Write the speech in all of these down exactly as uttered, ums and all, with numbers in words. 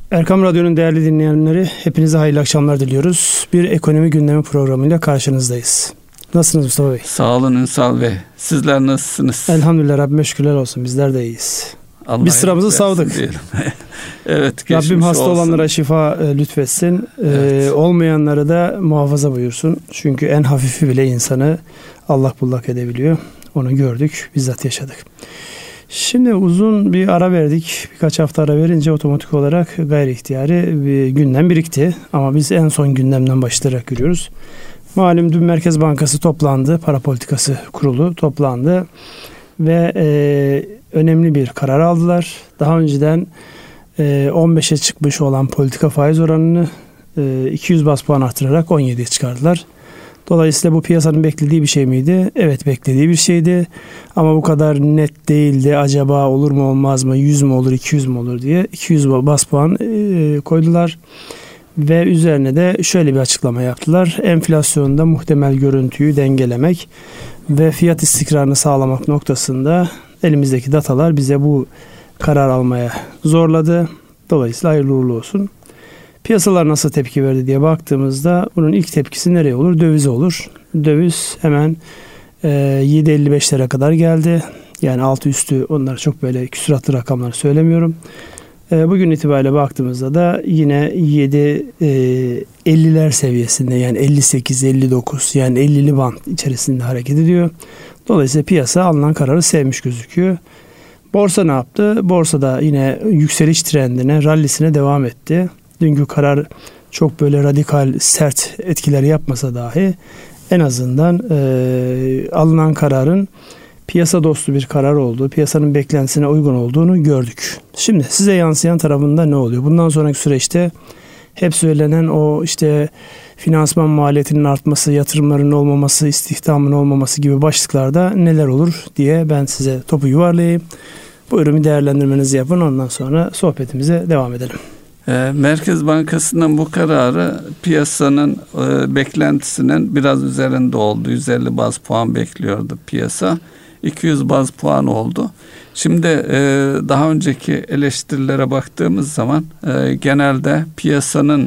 Erkam Radyo'nun değerli dinleyenleri, hepinize hayırlı akşamlar diliyoruz. Bir ekonomi gündemi programıyla karşınızdayız. Nasılsınız Mustafa Bey? Sağ olun Ünsal Bey. Sizler nasılsınız? Elhamdülillah, Rabbime şükürler olsun. Bizler de iyiyiz. Allah Biz sıramızı savdık. Evet. Rabbim hasta olsun. olanlara şifa e, lütfetsin. Evet. E, olmayanları da muhafaza buyursun. Çünkü en hafifi bile insanı allak bullak edebiliyor. Onu gördük, bizzat yaşadık. Şimdi uzun bir ara verdik. Birkaç hafta ara verince otomatik olarak gayri ihtiyari bir gündem birikti. Ama biz en son gündemden başlayarak yürüyoruz. Malum dün Merkez Bankası toplandı. Para Politikası Kurulu toplandı. Ve e, önemli bir karar aldılar. Daha önceden e, on beşe çıkmış olan politika faiz oranını e, iki yüz baz puan artırarak on yediye çıkardılar. Dolayısıyla bu piyasanın beklediği bir şey miydi? Evet, beklediği bir şeydi. Ama bu kadar net değildi. Acaba olur mu olmaz mı? yüz mü olur, iki yüz mü olur diye iki yüz baz puan e, koydular. Ve üzerine de şöyle bir açıklama yaptılar. Enflasyonda muhtemel görüntüyü dengelemek ve fiyat istikrarını sağlamak noktasında elimizdeki datalar bize bu karar almaya zorladı. Dolayısıyla hayırlı uğurlu olsun. Piyasalar nasıl tepki verdi diye baktığımızda bunun ilk tepkisi nereye olur? Dövize olur. Döviz hemen e, yedi elli beşlere kadar geldi. Yani altı üstü, onlar çok böyle küsuratlı rakamlar söylemiyorum. E, bugün itibariyle baktığımızda da yine yedi elliler seviyesinde, yani elli sekiz elli dokuz, yani ellili band içerisinde hareket ediyor. Dolayısıyla piyasa alınan kararı sevmiş gözüküyor. Borsa ne yaptı? Borsa da yine yükseliş trendine, rallisine devam etti. Dünkü karar çok böyle radikal, sert etkiler yapmasa dahi en azından e, alınan kararın piyasa dostu bir karar olduğu, piyasanın beklentisine uygun olduğunu gördük. Şimdi size yansıyan tarafında ne oluyor? Bundan sonraki süreçte hep söylenen o işte finansman maliyetinin artması, yatırımların olmaması, istihdamın olmaması gibi başlıklarda neler olur diye ben size topu yuvarlayayım. Buyurun, bir değerlendirmenizi yapın, ondan sonra sohbetimize devam edelim. Merkez Bankası'nın bu kararı piyasanın e, beklentisinin biraz üzerinde oldu. yüz elli baz puan bekliyordu piyasa. iki yüz baz puan oldu. Şimdi e, daha önceki eleştirilere baktığımız zaman e, genelde piyasanın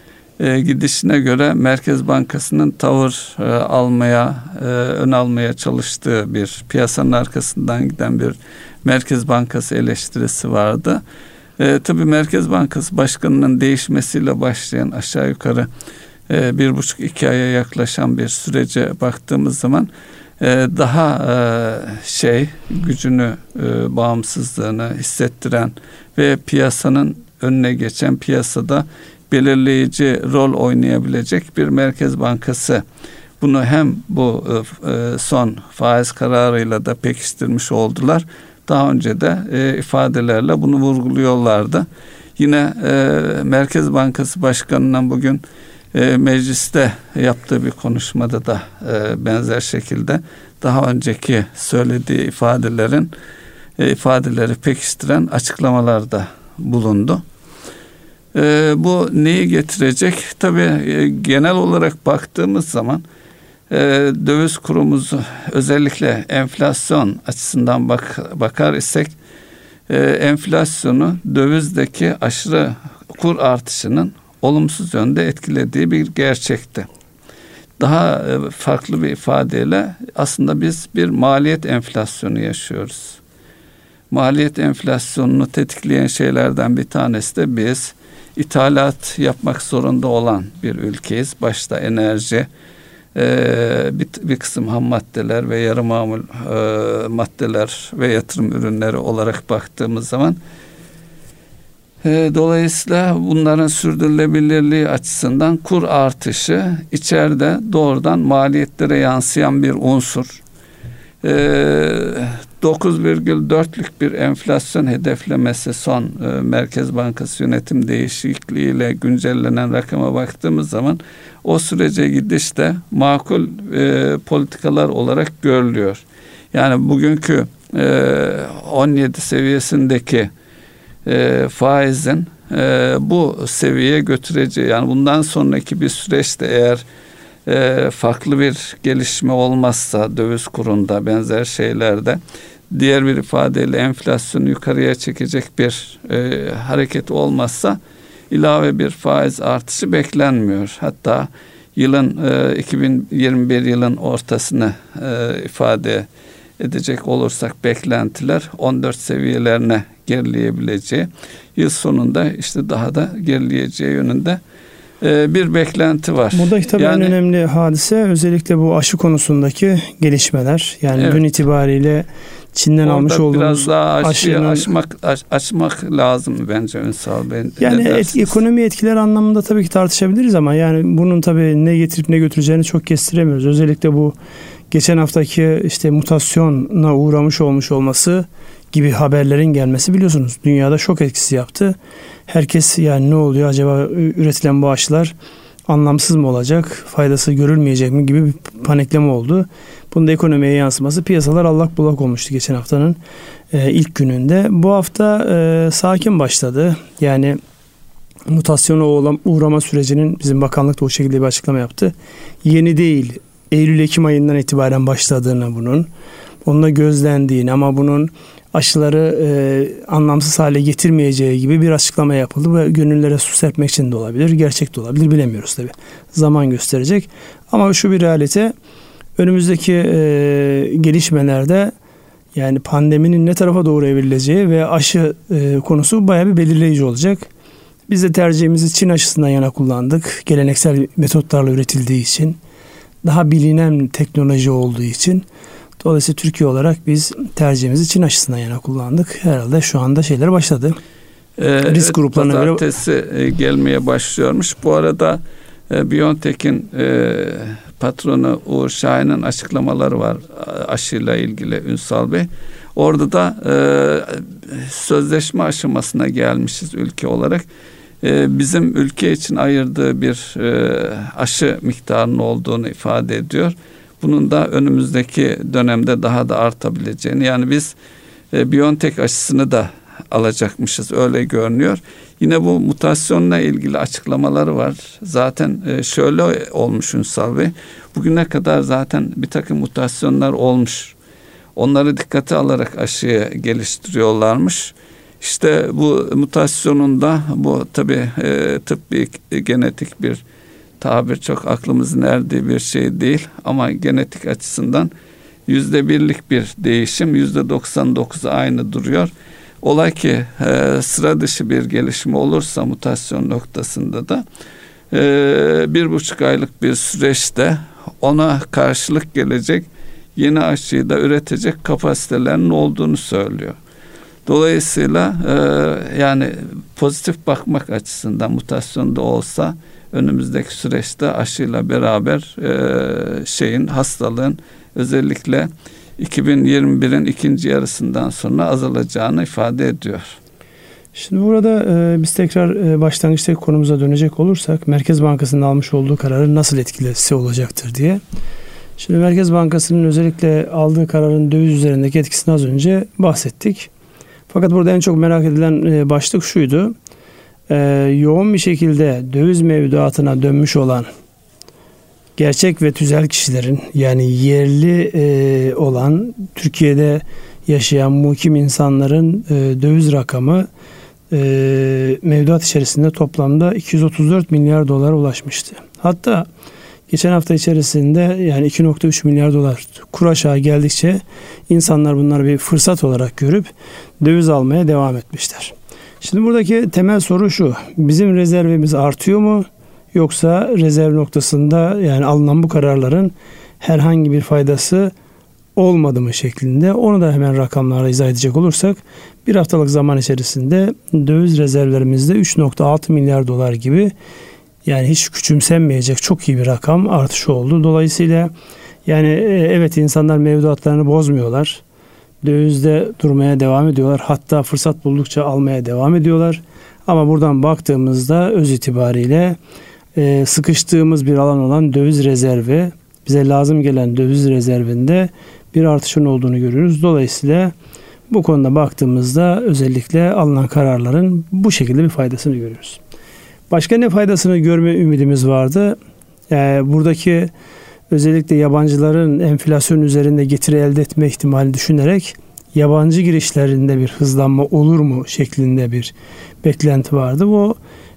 e, gidişine göre Merkez Bankası'nın tavır e, almaya, e, ön almaya çalıştığı bir, piyasanın arkasından giden bir Merkez Bankası eleştirisi vardı. E, tabii Merkez Bankası Başkanı'nın değişmesiyle başlayan aşağı yukarı e, bir buçuk iki aya yaklaşan bir sürece baktığımız zaman e, daha e, şey gücünü, e, bağımsızlığını hissettiren ve piyasanın önüne geçen, piyasada belirleyici rol oynayabilecek bir Merkez Bankası. Bunu hem bu e, son faiz kararıyla da pekiştirmiş oldular. Daha önce de e, ifadelerle bunu vurguluyorlardı. Yine e, Merkez Bankası Başkanı'nın bugün e, mecliste yaptığı bir konuşmada da e, benzer şekilde daha önceki söylediği ifadelerin e, ifadeleri pekiştiren açıklamalarda bulundu. E, bu neyi getirecek? Tabii e, genel olarak baktığımız zaman E, döviz kurumuzu, özellikle enflasyon açısından bak, bakar isek e, enflasyonu dövizdeki aşırı kur artışının olumsuz yönde etkilediği bir gerçekti. Daha e, farklı bir ifadeyle aslında biz bir maliyet enflasyonu yaşıyoruz. Maliyet enflasyonunu tetikleyen şeylerden bir tanesi de biz ithalat yapmak zorunda olan bir ülkeyiz. Başta enerji, Ee, bir, bir kısım ham maddeler ve yarı mamul e, maddeler ve yatırım ürünleri olarak baktığımız zaman e, dolayısıyla bunların sürdürülebilirliği açısından kur artışı içeride doğrudan maliyetlere yansıyan bir unsur. E, dokuz virgül dörtlük bir enflasyon hedeflemesi son e, Merkez Bankası yönetim değişikliğiyle güncellenen rakama baktığımız zaman o sürece gidişte makul e, politikalar olarak görülüyor. Yani bugünkü e, on yedi seviyesindeki e, faizin e, bu seviyeye götüreceği, yani bundan sonraki bir süreçte eğer e, farklı bir gelişme olmazsa döviz kurunda, benzer şeylerde, diğer bir ifadeyle enflasyonu yukarıya çekecek bir e, hareket olmazsa ilave bir faiz artışı beklenmiyor. Hatta yılın e, iki bin yirmi bir yılın ortasını e, ifade edecek olursak beklentiler on dört seviyelerine gerileyebileceği, yıl sonunda işte daha da gerileyeceği yönünde e, bir beklenti var. Burada tabii yani, en önemli hadise özellikle bu aşı konusundaki gelişmeler. Yani evet. Dün itibariyle Çin'den almış olduğumuz biraz daha aşıyı aşının, aşmak, aş, açmak lazım bence Ünsal Bey. Yani et, ekonomi etkiler anlamında tabii ki tartışabiliriz ama yani bunun tabii ne getirip ne götüreceğini çok kestiremiyoruz. Özellikle bu geçen haftaki işte mutasyona uğramış olmuş olması gibi haberlerin gelmesi biliyorsunuz dünyada şok etkisi yaptı. Herkes yani ne oluyor acaba, üretilen bu aşılar anlamsız mı olacak, faydası görülmeyecek mi gibi bir panikleme oldu. Bunun da ekonomiye yansıması, piyasalar allak bullak olmuştu geçen haftanın e, ilk gününde. Bu hafta e, sakin başladı. Yani mutasyona uğrama sürecinin, bizim bakanlık da o şekilde bir açıklama yaptı. Yeni değil, Eylül-Ekim ayından itibaren başladığını bunun, onunla gözlendiğini ama bunun aşıları e, anlamsız hale getirmeyeceği gibi bir açıklama yapıldı ve gönüllere su serpmek için de olabilir, gerçek de olabilir, bilemiyoruz tabii. Zaman gösterecek. Ama şu bir realite, önümüzdeki e, gelişmelerde yani pandeminin ne tarafa doğru evrileceği ve aşı e, konusu bayağı bir belirleyici olacak. Biz de tercihimizi Çin aşısından yana kullandık. Geleneksel metotlarla üretildiği için, daha bilinen teknoloji olduğu için. Dolayısıyla Türkiye olarak biz tercihimizi Çin aşısından yana kullandık. Herhalde şu anda şeyler başladı. Ee, Risk gruplarına göre pazartesi gelmeye başlıyormuş. Bu arada e, BioNTech'in e, patronu Uğur Şahin'in açıklamaları var aşıyla ilgili Ünsal Bey. Orada da e, sözleşme aşamasına gelmişiz ülke olarak. E, bizim ülke için ayırdığı bir e, aşı miktarının olduğunu ifade ediyor. Bunun da önümüzdeki dönemde daha da artabileceğini, yani biz e, BioNTech aşısını da alacakmışız, öyle görünüyor. Yine bu mutasyonla ilgili açıklamaları var. Zaten e, şöyle olmuş Ünsal Bey, bugüne kadar zaten bir takım mutasyonlar olmuş. Onları dikkate alarak aşıyı geliştiriyorlarmış. İşte bu mutasyonun da, bu tabii e, tıbbi genetik bir tabir, çok aklımızın erdiği bir şey değil ama genetik açısından yüzde birlik bir değişim, yüzde doksan dokuzu aynı duruyor. Ola ki e, sıra dışı bir gelişme olursa mutasyon noktasında da e, bir buçuk aylık bir süreçte ona karşılık gelecek yeni aşıyı da üretecek kapasitelerinin olduğunu söylüyor. Dolayısıyla e, yani pozitif bakmak açısından mutasyon da olsa önümüzdeki süreçte aşıyla beraber e, şeyin, hastalığın özellikle iki bin yirmi birin ikinci yarısından sonra azalacağını ifade ediyor. Şimdi burada e, biz tekrar e, başlangıçtaki konumuza dönecek olursak, Merkez Bankası'nın almış olduğu kararın nasıl etkisi olacaktır diye. Şimdi Merkez Bankası'nın özellikle aldığı kararın döviz üzerindeki etkisini az önce bahsettik. Fakat burada en çok merak edilen e, başlık şuydu. E, yoğun bir şekilde döviz mevduatına dönmüş olan gerçek ve tüzel kişilerin, yani yerli e, olan Türkiye'de yaşayan mukim insanların e, döviz rakamı e, mevduat içerisinde toplamda iki yüz otuz dört milyar dolara ulaşmıştı. Hatta geçen hafta içerisinde yani iki virgül üç milyar dolar kur aşağı geldikçe insanlar bunları bir fırsat olarak görüp döviz almaya devam etmişler. Şimdi buradaki temel soru şu: bizim rezervimiz artıyor mu? Yoksa rezerv noktasında yani alınan bu kararların herhangi bir faydası olmadı mı şeklinde. Onu da hemen rakamlarla izah edecek olursak, bir haftalık zaman içerisinde döviz rezervlerimizde üç virgül altı milyar dolar gibi, yani hiç küçümsenmeyecek çok iyi bir rakam artışı oldu. Dolayısıyla yani evet, insanlar mevduatlarını bozmuyorlar. Dövizde durmaya devam ediyorlar. Hatta fırsat buldukça almaya devam ediyorlar. Ama buradan baktığımızda öz itibariyle e, sıkıştığımız bir alan olan döviz rezervi, bize lazım gelen döviz rezervinde bir artışın olduğunu görüyoruz. Dolayısıyla bu konuda baktığımızda özellikle alınan kararların bu şekilde bir faydasını görüyoruz. Başka ne faydasını görme ümidimiz vardı? Yani buradaki özellikle yabancıların enflasyon üzerinde getiri elde etme ihtimali düşünerek yabancı girişlerinde bir hızlanma olur mu şeklinde bir beklenti vardı. Bu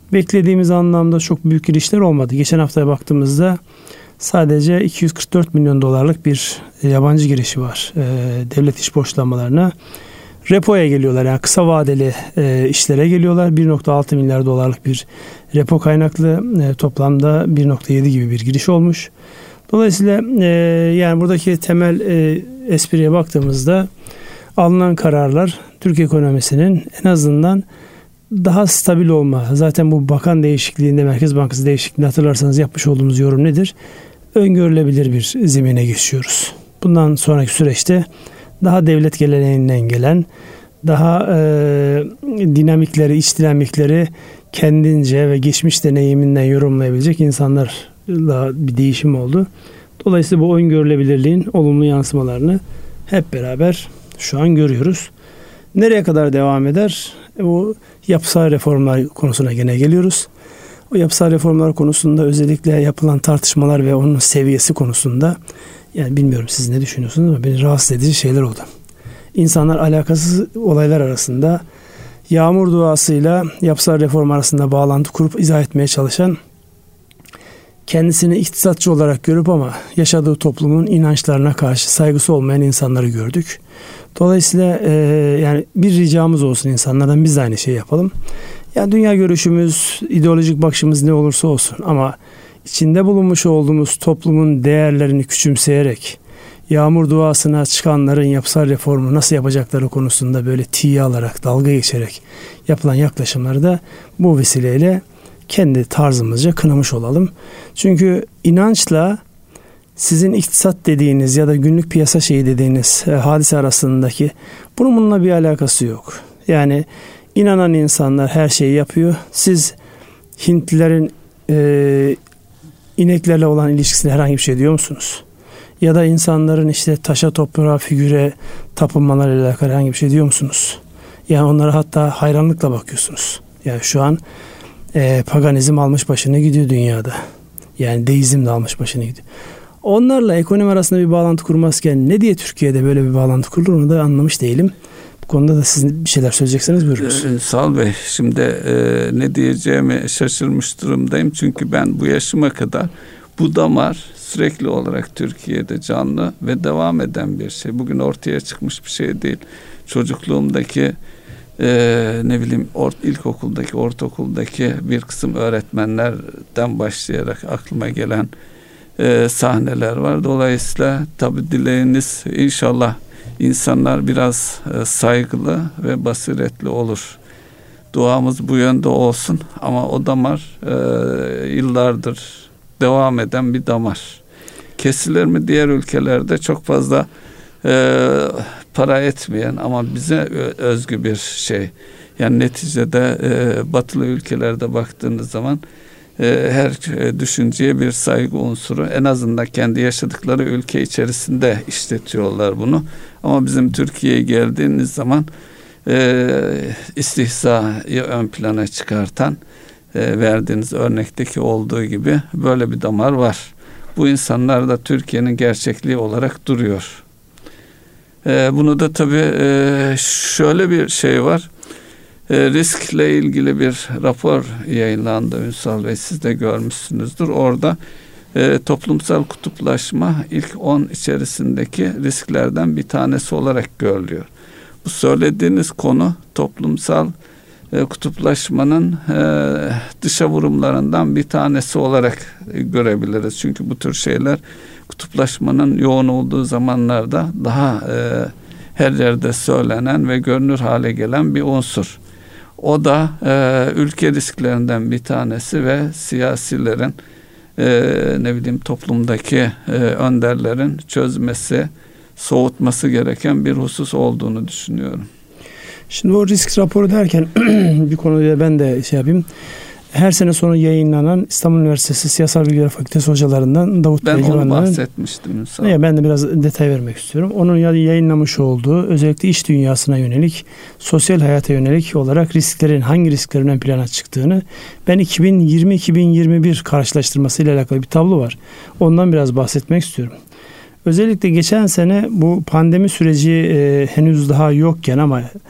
beklediğimiz anlamda çok büyük girişler olmadı. Geçen haftaya baktığımızda sadece iki yüz kırk dört milyon dolarlık bir yabancı girişi var e, devlet iş borçlanmalarına. Repoya geliyorlar, yani kısa vadeli e, işlere geliyorlar. bir virgül altı milyar dolarlık bir repo kaynaklı e, toplamda bir virgül yedi gibi bir giriş olmuş. Dolayısıyla e, yani buradaki temel e, espriye baktığımızda alınan kararlar Türk ekonomisinin en azından daha stabil olma. Zaten bu bakan değişikliğinde, Merkez Bankası değişikliğinde hatırlarsanız yapmış olduğumuz yorum nedir? Öngörülebilir bir zemine geçiyoruz. Bundan sonraki süreçte daha devlet geleneğinden gelen, daha e, dinamikleri, iç dinamikleri kendince ve geçmiş deneyiminden yorumlayabilecek insanlarla bir değişim oldu. Dolayısıyla bu öngörülebilirliğin olumlu yansımalarını hep beraber şu an görüyoruz. Nereye kadar devam eder? O yapısal reformlar konusuna gene geliyoruz. O yapısal reformlar konusunda özellikle yapılan tartışmalar ve onun seviyesi konusunda, yani bilmiyorum siz ne düşünüyorsunuz ama beni rahatsız edici şeyler oldu. İnsanlar alakasız olaylar arasında yağmur duasıyla yapısal reform arasında bağlantı kurup izah etmeye çalışan, kendisini iktisatçı olarak görüp ama yaşadığı toplumun inançlarına karşı saygısı olmayan insanları gördük. Dolayısıyla e, yani bir ricamız olsun insanlardan, biz de aynı şeyi yapalım. Yani dünya görüşümüz, ideolojik bakışımız ne olursa olsun ama içinde bulunmuş olduğumuz toplumun değerlerini küçümseyerek yağmur duasına çıkanların yapısal reformu nasıl yapacakları konusunda böyle tiye alarak, dalga geçerek yapılan yaklaşımları da bu vesileyle kendi tarzımızca kınamış olalım. Çünkü inançla sizin iktisat dediğiniz ya da günlük piyasa şeyi dediğiniz e, hadise arasındaki bunun bununla bir alakası yok. Yani inanan insanlar her şeyi yapıyor. Siz Hintlilerin e, ineklerle olan ilişkisine herhangi bir şey diyor musunuz? Ya da insanların işte taşa, toprağa, figüre tapınmalarıyla alakalı herhangi bir şey diyor musunuz? Yani onlara hatta hayranlıkla bakıyorsunuz. Yani şu an e, paganizm almış başını gidiyor dünyada. Yani deizm de almış başını gidiyor. Onlarla ekonomi arasında bir bağlantı kurmazken ne diye Türkiye'de böyle bir bağlantı kurulur onu da anlamış değilim. Bu konuda da siz bir şeyler söyleyecekseniz buyurunuz. Ee, Sal Bey, şimdi e, ne diyeceğimi şaşırmış durumdayım. Çünkü ben bu yaşıma kadar bu damar sürekli olarak Türkiye'de canlı ve devam eden bir şey. Bugün ortaya çıkmış bir şey değil. Çocukluğumdaki e, ne bileyim or, ilkokuldaki, ortaokuldaki bir kısım öğretmenlerden başlayarak aklıma gelen e, sahneler var. Dolayısıyla tabii dileğiniz inşallah insanlar biraz e, saygılı ve basiretli olur. Duamız bu yönde olsun ama o damar e, yıllardır devam eden bir damar. Kesilir mi? Diğer ülkelerde çok fazla e, para etmeyen ama bize özgü bir şey. Yani neticede e, batılı ülkelerde baktığınız zaman e, her düşünceye bir saygı unsuru, en azından kendi yaşadıkları ülke içerisinde işletiyorlar bunu. Ama bizim Türkiye'ye geldiğiniz zaman e, istihzayı ön plana çıkartan, e, verdiğiniz örnekteki olduğu gibi böyle bir damar var. Bu insanlar da Türkiye'nin gerçekliği olarak duruyor. E, bunu da tabii e, şöyle bir şey var. E, riskle ilgili bir rapor yayınlandı Ünsal Bey, siz de görmüşsünüzdür. Orada e, toplumsal kutuplaşma ilk on içerisindeki risklerden bir tanesi olarak görülüyor. Bu söylediğiniz konu toplumsal e, kutuplaşmanın e, dışa vurumlarından bir tanesi olarak e, görebiliriz. Çünkü bu tür şeyler kutuplaşmanın yoğun olduğu zamanlarda daha e, her yerde söylenen ve görünür hale gelen bir unsur. O da e, ülke risklerinden bir tanesi ve siyasilerin e, ne bileyim toplumdaki e, önderlerin çözmesi, soğutması gereken bir husus olduğunu düşünüyorum. Şimdi o risk raporu derken bir konuda ben de şey yapayım. Her sene sonu yayınlanan İstanbul Üniversitesi Siyasal Bilgiler Fakültesi hocalarından Davut Ben Belgevan'ın, onu bahsetmiştim. Ya ben de biraz detay vermek istiyorum. Onun yayınlamış olduğu özellikle iş dünyasına yönelik, sosyal hayata yönelik olarak risklerin, hangi risklerin ön plana çıktığını, ben iki bin yirmi iki bin yirmi bir karşılaştırmasıyla alakalı bir tablo var. Ondan biraz bahsetmek istiyorum. Özellikle geçen sene bu pandemi süreci e, henüz daha yokken ama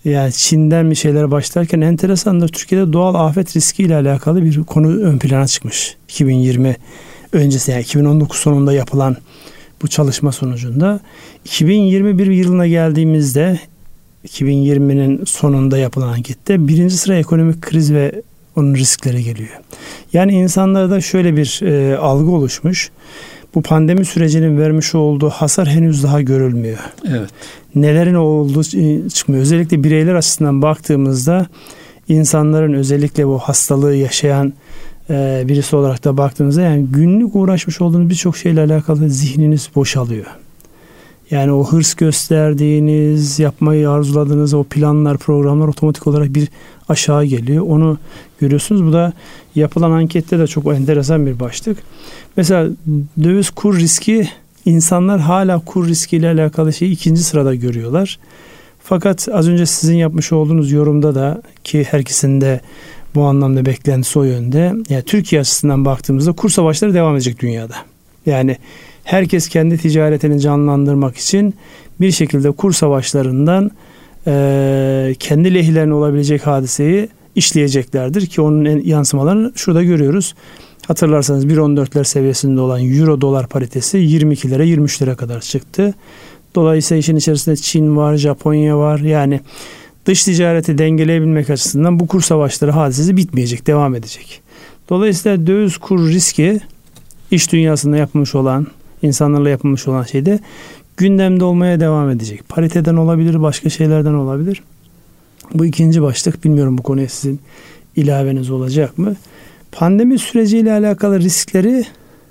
yani Çin'den bir şeyler başlarken enteresandır. Türkiye'de doğal afet riski ile alakalı bir konu ön plana çıkmış. iki bin yirmi öncesi, yani iki bin on dokuz sonunda yapılan bu çalışma sonucunda iki bin yirmi bir yılına geldiğimizde, iki bin yirminin sonunda yapılan ankette birinci sıra ekonomik kriz ve onun riskleri geliyor. Yani insanlarda şöyle bir e, algı oluşmuş. Bu pandemi sürecinin vermiş olduğu hasar henüz daha görülmüyor. Evet. Nelerin olduğu çıkmıyor. Özellikle bireyler açısından baktığımızda insanların, özellikle bu hastalığı yaşayan e, birisi olarak da baktığımızda, yani günlük uğraşmış olduğunuz birçok şeyle alakalı zihniniz boşalıyor. Yani o hırs gösterdiğiniz, yapmayı arzuladığınız o planlar, programlar otomatik olarak bir aşağı geliyor. Onu görüyorsunuz. Bu da yapılan ankette de çok enteresan bir başlık. Mesela döviz kur riski, insanlar hala kur riskiyle alakalı şeyi ikinci sırada görüyorlar. Fakat az önce sizin yapmış olduğunuz yorumda da, ki herkesin de bu anlamda beklentisi o yönde. Yani Türkiye açısından baktığımızda kur savaşları devam edecek dünyada. Yani herkes kendi ticaretini canlandırmak için bir şekilde kur savaşlarından e, kendi lehlerine olabilecek hadiseyi işleyeceklerdir ki onun yansımalarını şurada görüyoruz. Hatırlarsanız bir virgül on dörtler seviyesinde olan euro dolar paritesi yirmi ikilere yirmi üçlere kadar çıktı. Dolayısıyla işin içerisinde Çin var, Japonya var. Yani dış ticareti dengeleyebilmek açısından bu kur savaşları hadisesi bitmeyecek, devam edecek. Dolayısıyla döviz kur riski iş dünyasında yapılmış olan, insanlarla yapılmış olan şeyde gündemde olmaya devam edecek. Pariteden olabilir, başka şeylerden olabilir. Bu ikinci başlık. Bilmiyorum bu konuya sizin ilaveniz olacak mı? Pandemi süreciyle alakalı riskleri,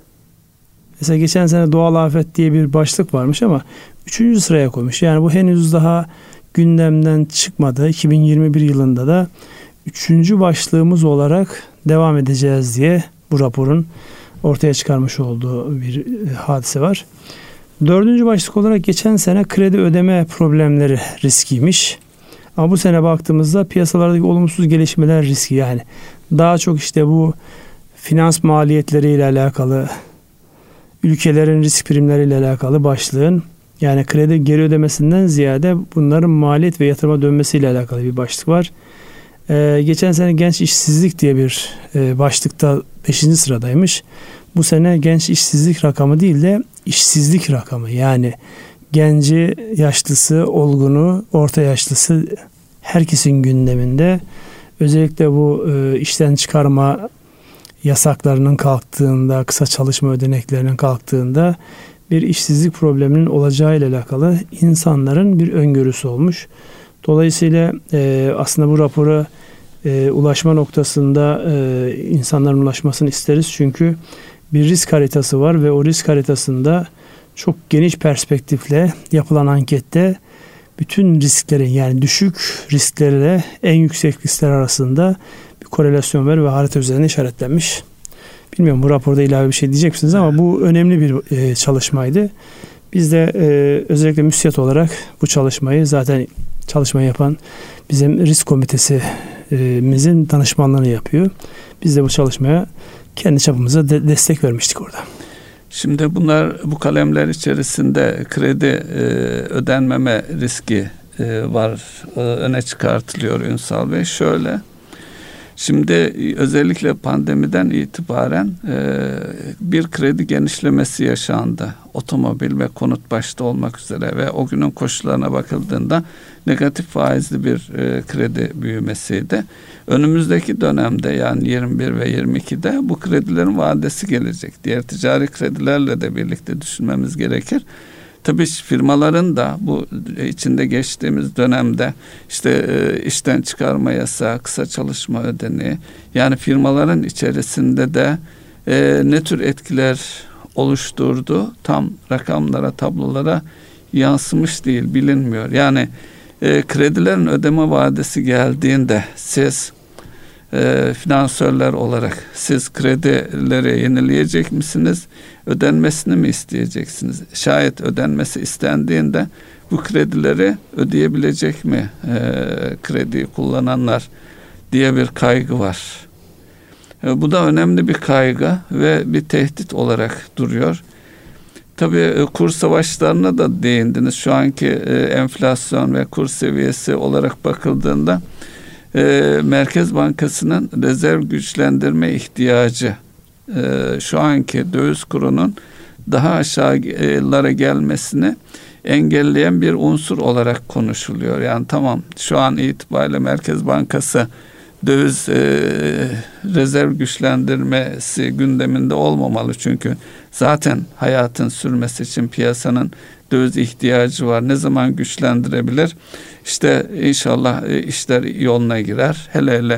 mesela geçen sene doğal afet diye bir başlık varmış ama üçüncü sıraya koymuş. Yani bu henüz daha gündemden çıkmadı. iki bin yirmi bir yılında da üçüncü başlığımız olarak devam edeceğiz diye bu raporun ortaya çıkarmış olduğu bir hadise var. Dördüncü başlık olarak geçen sene kredi ödeme problemleri riskiymiş. Ama bu sene baktığımızda piyasalardaki olumsuz gelişmeler riski, yani daha çok işte bu finans maliyetleriyle alakalı, ülkelerin risk primleriyle alakalı başlığın, yani kredi geri ödemesinden ziyade bunların maliyet ve yatırıma dönmesiyle alakalı bir başlık var. Ee, geçen sene genç işsizlik diye bir e, başlıkta beşinci sıradaymış. Bu sene genç işsizlik rakamı değil de işsizlik rakamı, yani genci, yaşlısı, olgunu, orta yaşlısı herkesin gündeminde. Özellikle bu e, işten çıkarma yasaklarının kalktığında, kısa çalışma ödeneklerinin kalktığında bir işsizlik probleminin olacağı ile alakalı insanların bir öngörüsü olmuş. Dolayısıyla e, aslında bu rapora e, ulaşma noktasında e, insanların ulaşmasını isteriz. Çünkü bir risk haritası var ve o risk haritasında çok geniş perspektifle yapılan ankette bütün risklerin, yani düşük risklerle en yüksek riskler arasında bir korelasyon var ve harita üzerine işaretlenmiş. Bilmiyorum bu raporda ilave bir şey diyecek misiniz ama bu önemli bir e, çalışmaydı. Biz de e, özellikle müsiyat olarak bu çalışmayı, zaten çalışmayı yapan bizim risk komitesimizin danışmanlığını yapıyor. Biz de bu çalışmaya kendi çapımıza de destek vermiştik orada. Şimdi bunlar, bu kalemler içerisinde kredi e, ödenmeme riski e, var, e, öne çıkartılıyor Ünsal Bey. Şöyle, şimdi özellikle pandemiden itibaren e, bir kredi genişlemesi yaşandı. Otomobil ve konut başta olmak üzere ve o günün koşullarına bakıldığında negatif faizli bir e, kredi büyümesiydi. Önümüzdeki dönemde, yani yirmi bir ve yirmi ikide bu kredilerin vadesi gelecek. Diğer ticari kredilerle de birlikte düşünmemiz gerekir. Tabii firmaların da bu içinde geçtiğimiz dönemde işte e, işten çıkarma yasağı, kısa çalışma ödeneği, yani firmaların içerisinde de e, ne tür etkiler oluşturdu tam rakamlara, tablolara yansımış değil, bilinmiyor. Yani e, kredilerin ödeme vadesi geldiğinde siz e, finansörler olarak siz kredileri yenileyecek misiniz? Ödenmesini mi isteyeceksiniz? Şayet ödenmesi istendiğinde bu kredileri ödeyebilecek mi e, krediyi kullananlar diye bir kaygı var. E, bu da önemli bir kaygı ve bir tehdit olarak duruyor. Tabii kur savaşlarına da değindiniz. Şu anki enflasyon ve kur seviyesi olarak bakıldığında Merkez Bankası'nın rezerv güçlendirme ihtiyacı şu anki döviz kurunun daha aşağılara gelmesini engelleyen bir unsur olarak konuşuluyor. Yani tamam, şu an itibariyle Merkez Bankası döviz e, rezerv güçlendirmesi gündeminde olmamalı. Çünkü zaten hayatın sürmesi için piyasanın döviz ihtiyacı var. Ne zaman güçlendirebilir? İşte inşallah e, işler yoluna girer. Hele hele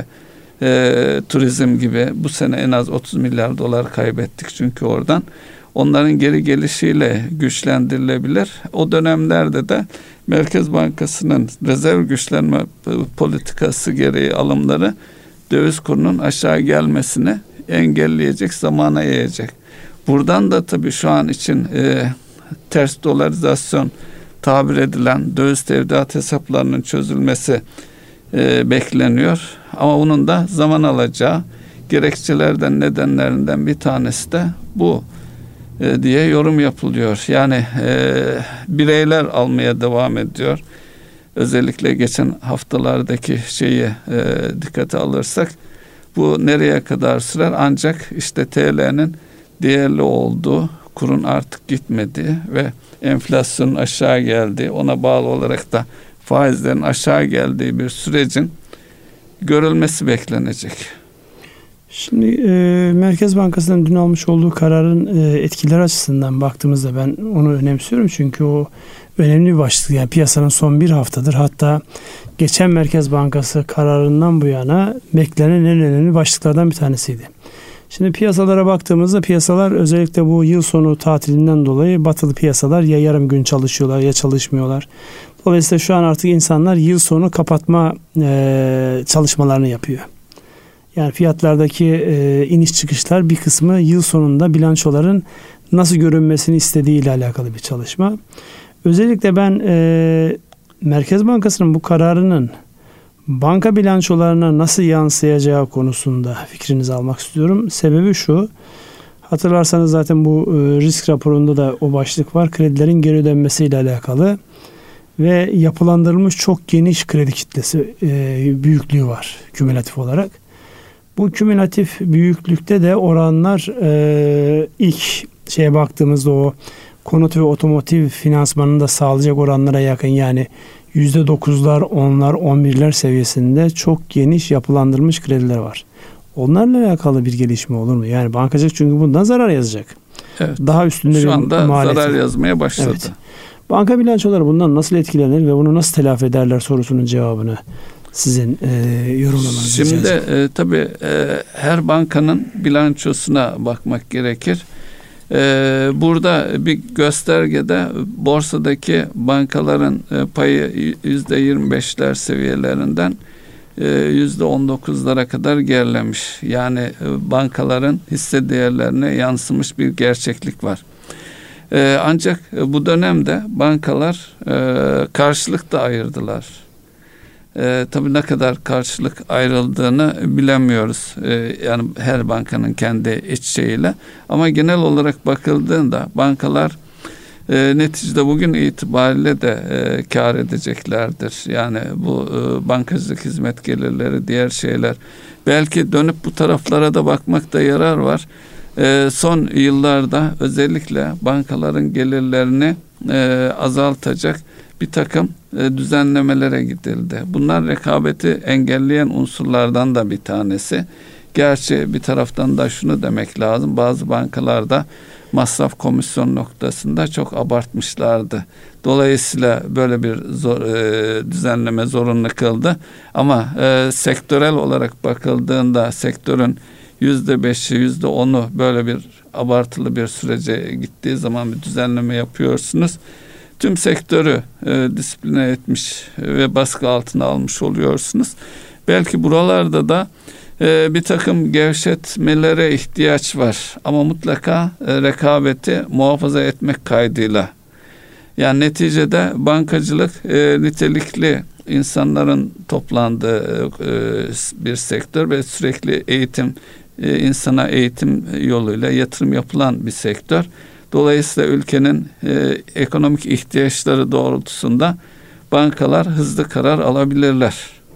e, turizm gibi bu sene en az otuz milyar dolar kaybettik çünkü oradan. Onların geri gelişiyle güçlendirilebilir. O dönemlerde de Merkez Bankası'nın rezerv güçlenme politikası gereği alımları döviz kurunun aşağı gelmesini engelleyecek, zamana yayacak. Buradan da tabii şu an için e, ters dolarizasyon tabir edilen döviz tevdiat hesaplarının çözülmesi e, bekleniyor. Ama bunun da zaman alacağı gerekçelerden, nedenlerinden bir tanesi de bu e, diye yorum yapılıyor. Yani e, bireyler almaya devam ediyor. Özellikle geçen haftalardaki şeyi e, dikkate alırsak bu nereye kadar sürer? Ancak işte T L'nin değerli olduğu, kurun artık gitmediği ve enflasyonun aşağı geldiği, ona bağlı olarak da faizlerin aşağı geldiği bir sürecin görülmesi beklenecek. Şimdi e, Merkez Bankası'nın dün almış olduğu kararın e, etkileri açısından baktığımızda ben onu önemsiyorum. Çünkü o önemli bir başlık. Yani piyasanın son bir haftadır, hatta geçen Merkez Bankası kararından bu yana beklenen en önemli başlıklardan bir tanesiydi. Şimdi piyasalara baktığımızda piyasalar özellikle bu yıl sonu tatilinden dolayı batılı piyasalar ya yarım gün çalışıyorlar ya çalışmıyorlar. Dolayısıyla şu an artık insanlar yıl sonu kapatma e, çalışmalarını yapıyor. Yani fiyatlardaki e, iniş çıkışlar bir kısmı yıl sonunda bilançoların nasıl görünmesini istediği ile alakalı bir çalışma. Özellikle ben e, Merkez Bankası'nın bu kararının banka bilançolarına nasıl yansıyacağı konusunda fikrinizi almak istiyorum. Sebebi şu: hatırlarsanız zaten bu e, risk raporunda da o başlık var. Kredilerin geri ödenmesiyle alakalı ve yapılandırılmış çok geniş kredi kitlesi e, büyüklüğü var kümülatif olarak. Bu kümülatif büyüklükte de oranlar e, ilk şeye baktığımızda o konut ve otomotiv finansmanını da sağlayacak oranlara yakın, yani yüzde dokuzlar, onlar, on birler seviyesinde çok geniş yapılandırılmış krediler var. Onlarla alakalı bir gelişme olur mu? Yani bankacılık çünkü bundan zarar yazacak. Evet. Daha üstünde şu bir anda maliyeti zarar yazmaya başladı. Evet. Banka bilançoları bundan nasıl etkilenir ve bunu nasıl telafi ederler sorusunun cevabını sizin e, yorumlamanızı Şimdi rica e, tabii e, her bankanın bilançosuna bakmak gerekir. E, burada bir göstergede borsadaki bankaların e, payı yüzde yirmi beşler seviyelerinden e, yüzde on dokuzlara kadar gerilemiş. Yani e, bankaların hisse değerlerine yansımış bir gerçeklik var. E, ancak e, bu dönemde bankalar e, karşılık da ayırdılar. Ee, tabii ne kadar karşılık ayrıldığını bilemiyoruz. Ee, yani her bankanın kendi iç şeyiyle. Ama genel olarak bakıldığında bankalar e, neticede bugün itibariyle de e, kar edeceklerdir. Yani bu e, bankacılık hizmet gelirleri, diğer şeyler. Belki dönüp bu taraflara da bakmakta yarar var. E, son yıllarda özellikle bankaların gelirlerini e, azaltacak bir takım e, düzenlemelere gidildi. Bunlar rekabeti engelleyen unsurlardan da bir tanesi. Gerçi bir taraftan da şunu demek lazım: bazı bankalarda masraf komisyon noktasında çok abartmışlardı. Dolayısıyla böyle bir zor, e, düzenleme zorunlu kıldı. Ama e, sektörel olarak bakıldığında sektörün yüzde beşi, yüzde onu böyle bir abartılı bir sürece gittiği zaman bir düzenleme yapıyorsunuz. Tüm sektörü e, disipline etmiş ve baskı altına almış oluyorsunuz. Belki buralarda da e, bir takım gevşetmelere ihtiyaç var. Ama mutlaka e, rekabeti muhafaza etmek kaydıyla. Yani neticede bankacılık e, nitelikli insanların toplandığı e, bir sektör ve sürekli eğitim, e, insana eğitim yoluyla yatırım yapılan bir sektör. Dolayısıyla ülkenin e, ekonomik ihtiyaçları doğrultusunda bankalar hızlı karar alabilirler.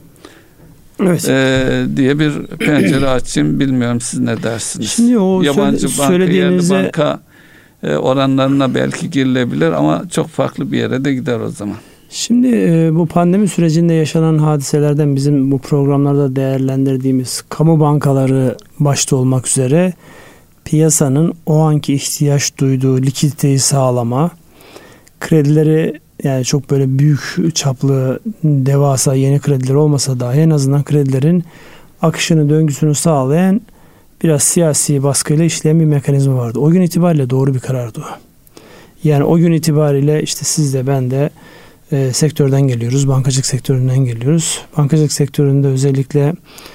Evet. Ee, diye bir pencere açayım. Bilmiyorum siz ne dersiniz? Şimdi o yabancı söyle, banka, söylediğinize... yerli banka e, oranlarına belki girilebilir ama çok farklı bir yere de gider o zaman. Şimdi e, bu pandemi sürecinde yaşanan hadiselerden bizim bu programlarda değerlendirdiğimiz kamu bankaları başta olmak üzere piyasanın o anki ihtiyaç duyduğu likiditeyi sağlama, kredileri yani çok böyle büyük çaplı devasa yeni krediler olmasa dahi en azından kredilerin akışını, döngüsünü sağlayan biraz siyasi baskıyla işleyen bir mekanizma vardı. O gün itibariyle doğru bir karardı o. Yani o gün itibariyle işte siz de ben de e, sektörden geliyoruz. Bankacılık sektöründen geliyoruz. Bankacılık sektöründe özellikle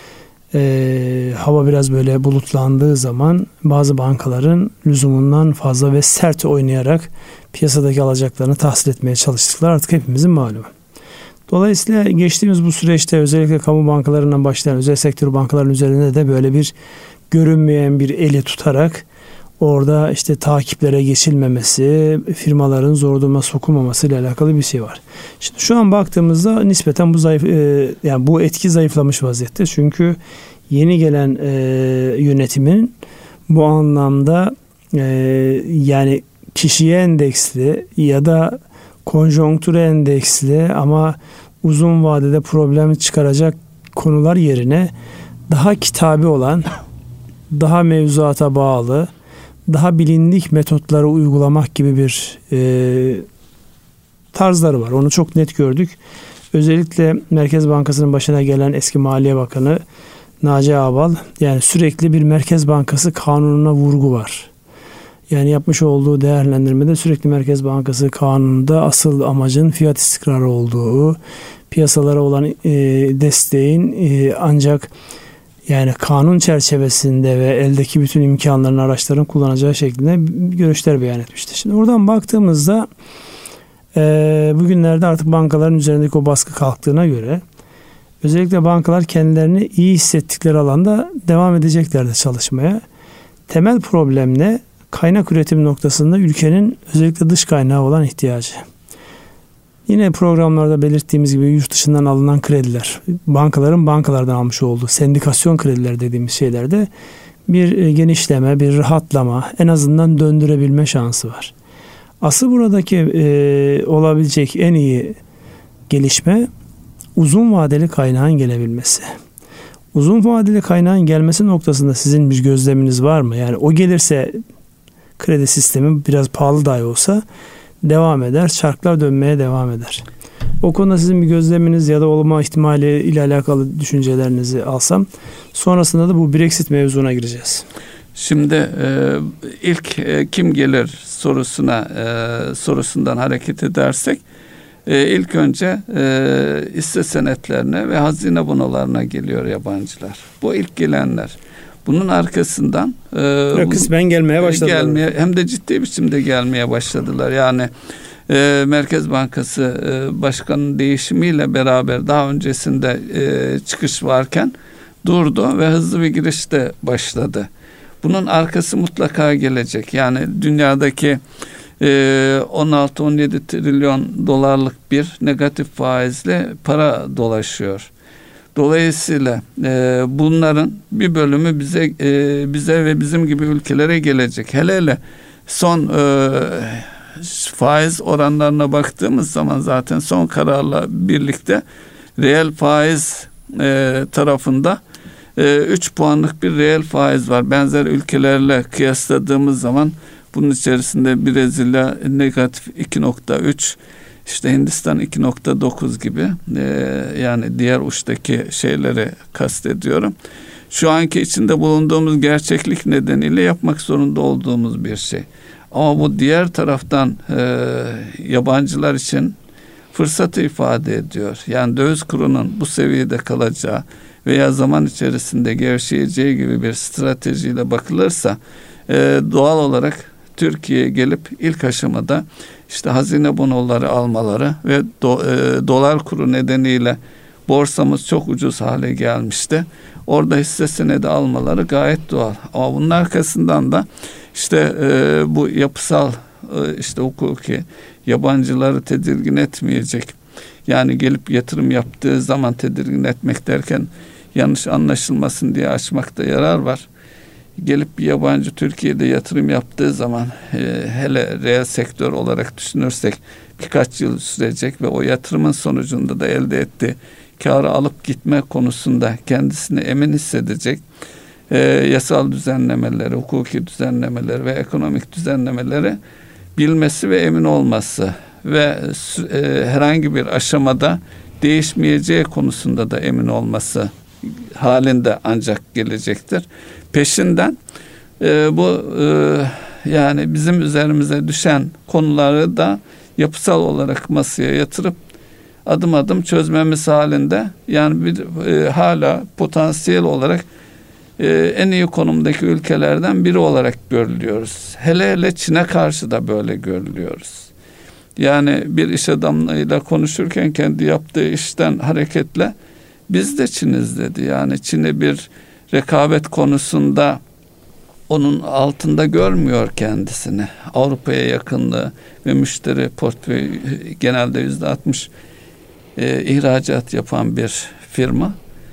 e, hava biraz böyle bulutlandığı zaman bazı bankaların lüzumundan fazla ve sert oynayarak piyasadaki alacaklarını tahsil etmeye çalıştıklar. Artık hepimizin malumu. Dolayısıyla geçtiğimiz bu süreçte özellikle kamu bankalarından başlayan özel sektör bankaların üzerinde de böyle bir görünmeyen bir eli tutarak orada işte takiplere geçilmemesi, firmaların zor duruma sokulmaması ile alakalı bir şey var. Şimdi şu an baktığımızda nispeten bu zayıf, e, yani bu etki zayıflamış vaziyette. Çünkü yeni gelen e, yönetimin bu anlamda e, yani kişiye endeksli ya da konjonktüre endeksli ama uzun vadede problem çıkaracak konular yerine daha kitabi olan, daha mevzuata bağlı, daha bilindik metotları uygulamak gibi bir e, tarzları var. Onu çok net gördük. Özellikle Merkez Bankası'nın başına gelen eski Maliye Bakanı Naci Ağbal, yani sürekli bir Merkez Bankası kanununa vurgu var. Yani yapmış olduğu değerlendirmede sürekli Merkez Bankası kanununda asıl amacın fiyat istikrarı olduğu, piyasalara olan e, desteğin e, ancak yani kanun çerçevesinde ve eldeki bütün imkanların araçların kullanacağı şeklinde görüşler beyan etmişti. Şimdi oradan baktığımızda e, bugünlerde artık bankaların üzerindeki o baskı kalktığına göre özellikle bankalar kendilerini iyi hissettikleri alanda devam edeceklerdir çalışmaya. Temel problem ne? Kaynak üretim noktasında ülkenin özellikle dış kaynağı olan ihtiyacı. Yine programlarda belirttiğimiz gibi yurt dışından alınan krediler, bankaların bankalardan almış olduğu sendikasyon krediler dediğimiz şeylerde bir genişleme, bir rahatlama, en azından döndürebilme şansı var. Asıl buradaki e, olabilecek en iyi gelişme uzun vadeli kaynağın gelebilmesi. Uzun vadeli kaynağın gelmesi noktasında sizin bir gözleminiz var mı? Yani o gelirse kredi sistemi biraz pahalı dahi olsa devam eder. Çarklar dönmeye devam eder. O konuda sizin bir gözleminiz ya da olma ihtimali ile alakalı düşüncelerinizi alsam. Sonrasında da bu Brexit mevzuna gireceğiz. Şimdi e, ilk e, kim gelir sorusuna e, sorusundan hareket edersek e, ilk önce e, hisse senetlerine ve hazine bonolarına geliyor yabancılar. Bu ilk gelenler. Bunun arkasından e, kısmen gelmeye başladılar. Gelmeye, hem de ciddi biçimde gelmeye başladılar. Yani e, Merkez Bankası e, başkanının değişimiyle beraber daha öncesinde e, çıkış varken durdu ve hızlı bir giriş de başladı. Bunun arkası mutlaka gelecek. Yani dünyadaki e, on altı on yedi trilyon dolarlık bir negatif faizle para dolaşıyor. Dolayısıyla e, bunların bir bölümü bize e, bize ve bizim gibi ülkelere gelecek. Hele hele son e, faiz oranlarına baktığımız zaman zaten son kararla birlikte reel faiz e, tarafında e, üç puanlık bir reel faiz var. Benzer ülkelerle kıyasladığımız zaman bunun içerisinde Brezilya negatif iki nokta üç, İşte Hindistan iki nokta dokuz gibi ee, yani diğer uçtaki şeyleri kastediyorum. Şu anki içinde bulunduğumuz gerçeklik nedeniyle yapmak zorunda olduğumuz bir şey. Ama bu diğer taraftan e, yabancılar için fırsatı ifade ediyor. Yani döviz kurunun bu seviyede kalacağı veya zaman içerisinde gevşeyeceği gibi bir stratejiyle bakılırsa e, doğal olarak Türkiye'ye gelip ilk aşamada işte hazine bonoları almaları ve do, e, dolar kuru nedeniyle borsamız çok ucuz hale gelmişti. Orada hisse senedi almaları gayet doğal. Ama bunun arkasından da İşte e, bu yapısal e, işte hukuki yabancıları tedirgin etmeyecek. Yani gelip yatırım yaptığı zaman tedirgin etmek derken yanlış anlaşılmasın diye açmakta yarar var. Gelip bir yabancı Türkiye'de yatırım yaptığı zaman e, hele reel sektör olarak düşünürsek birkaç yıl sürecek ve o yatırımın sonucunda da elde ettiği kârı alıp gitme konusunda kendisini emin hissedecek e, yasal düzenlemeleri, hukuki düzenlemeleri ve ekonomik düzenlemeleri bilmesi ve emin olması ve e, herhangi bir aşamada değişmeyeceği konusunda da emin olması halinde ancak gelecektir. Peşinden e, bu e, yani bizim üzerimize düşen konuları da yapısal olarak masaya yatırıp adım adım çözmemiz halinde, yani bir e, hala potansiyel olarak e, en iyi konumdaki ülkelerden biri olarak görülüyoruz. Hele hele Çin'e karşı da böyle görülüyoruz. Yani bir iş adamıyla konuşurken kendi yaptığı işten hareketle biz de Çin'iz dedi. Yani Çin'i bir rekabet konusunda onun altında görmüyor kendisini. Avrupa'ya yakınlığı ve müşteri portföyü genelde yüzde altmış e, ihracat yapan bir firma.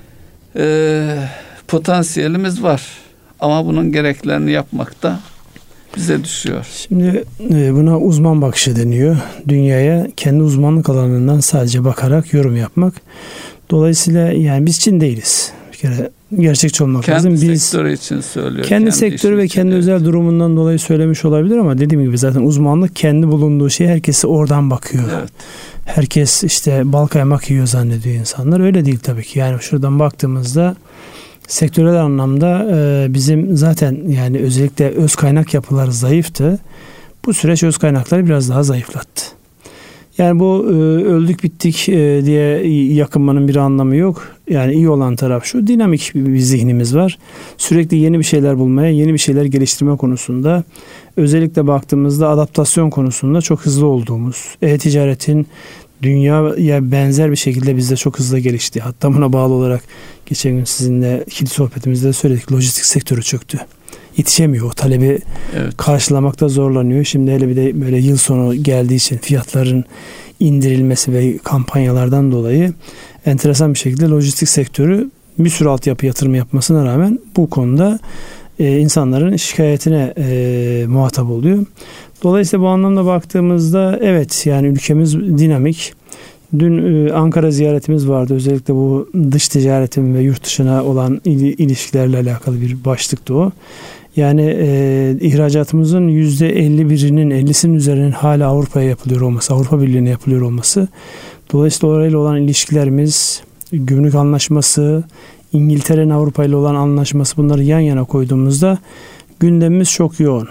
E, potansiyelimiz var ama bunun gereklerini yapmakta bize düşüyor. Şimdi e, buna uzman bakışı deniyor. Dünyaya kendi uzmanlık alanından sadece bakarak yorum yapmak. Dolayısıyla yani biz Çin değiliz. Bir kere gerçekçi olmak kendi lazım. Biz sektörü için söylüyor. Kendi, kendi sektörü ve kendi için, özel evet. durumundan dolayı söylemiş olabilir ama dediğim gibi zaten uzmanlık kendi bulunduğu şey, herkesi oradan bakıyor. Evet. Herkes işte bal kaymak yiyor zannediyor insanlar. Öyle değil tabii ki. Yani şuradan baktığımızda sektörel anlamda e, bizim zaten yani özellikle öz kaynak yapıları zayıftı. Bu süreç öz kaynakları biraz daha zayıflattı. Yani bu e, öldük bittik e, diye yakınmanın bir anlamı yok. Yani iyi olan taraf şu: dinamik bir, bir zihnimiz var. Sürekli yeni bir şeyler bulmaya, yeni bir şeyler geliştirme konusunda, özellikle baktığımızda adaptasyon konusunda çok hızlı olduğumuz, e-ticaretin dünyaya benzer bir şekilde bizde çok hızlı gelişti. Hatta buna bağlı olarak geçen gün sizinle ikili sohbetimizde de söyledik. Lojistik sektörü çöktü. Yetişemiyor. O talebi evet. karşılamakta zorlanıyor. Şimdi hele bir de böyle yıl sonu geldiği için fiyatların indirilmesi ve kampanyalardan dolayı enteresan bir şekilde lojistik sektörü bir sürü altyapı yatırım yapmasına rağmen bu konuda e, insanların şikayetine e, muhatap oluyor. Dolayısıyla bu anlamda baktığımızda evet, yani ülkemiz dinamik. Dün e, Ankara ziyaretimiz vardı. Özellikle bu dış ticaretin ve yurt dışına olan il, ilişkilerle alakalı bir başlıktı o. Yani e, ihracatımızın yüzde elli birinin ellisinin üzerinin hala Avrupa'ya yapılıyor olması, Avrupa Birliği'ne yapılıyor olması. Dolayısıyla orayla olan ilişkilerimiz, gümrük anlaşması, İngiltere'nin Avrupa ile olan anlaşması, bunları yan yana koyduğumuzda gündemimiz çok yoğun.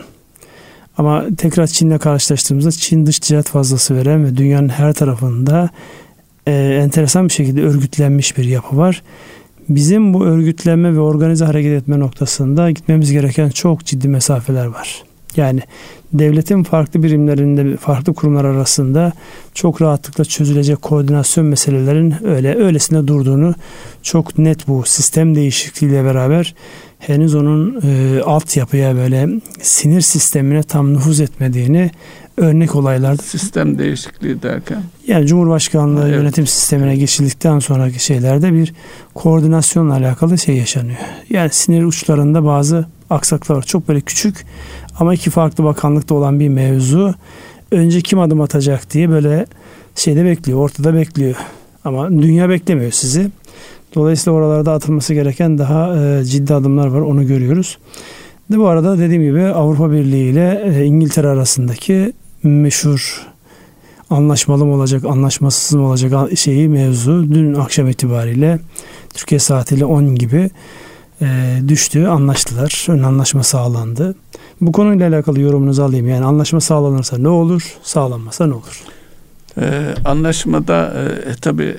Ama tekrar Çin'le karşılaştığımızda Çin dış ticaret fazlası veren ve dünyanın her tarafında e, enteresan bir şekilde örgütlenmiş bir yapı var. Bizim bu örgütlenme ve organize hareket etme noktasında gitmemiz gereken çok ciddi mesafeler var. Yani devletin farklı birimlerinde, farklı kurumlar arasında çok rahatlıkla çözülecek koordinasyon meselelerin öyle öylesine durduğunu, çok net bu sistem değişikliğiyle beraber henüz onun e, altyapıya, böyle sinir sistemine tam nüfuz etmediğini örnek olaylarda. Sistem değişikliği derken? Yani Cumhurbaşkanlığı evet. yönetim sistemine geçildikten sonraki şeylerde bir koordinasyonla alakalı şey yaşanıyor. Yani sinir uçlarında bazı aksaklıklar var. Çok böyle küçük ama iki farklı bakanlıkta olan bir mevzu. Önce kim adım atacak diye böyle şeyde bekliyor, ortada bekliyor. Ama dünya beklemiyor sizi. Dolayısıyla oralarda atılması gereken daha e, ciddi adımlar var. Onu görüyoruz. De bu arada dediğim gibi Avrupa Birliği ile e, İngiltere arasındaki meşhur anlaşmalı mı olacak, anlaşmasız mı olacak şeyi mevzu dün akşam itibariyle Türkiye saatiyle on gibi e, düştü. Anlaştılar. Ön anlaşma sağlandı. Bu konuyla alakalı yorumunuzu alayım. Yani anlaşma sağlanırsa ne olur, sağlanmasa ne olur? Ee, anlaşmada e, tabii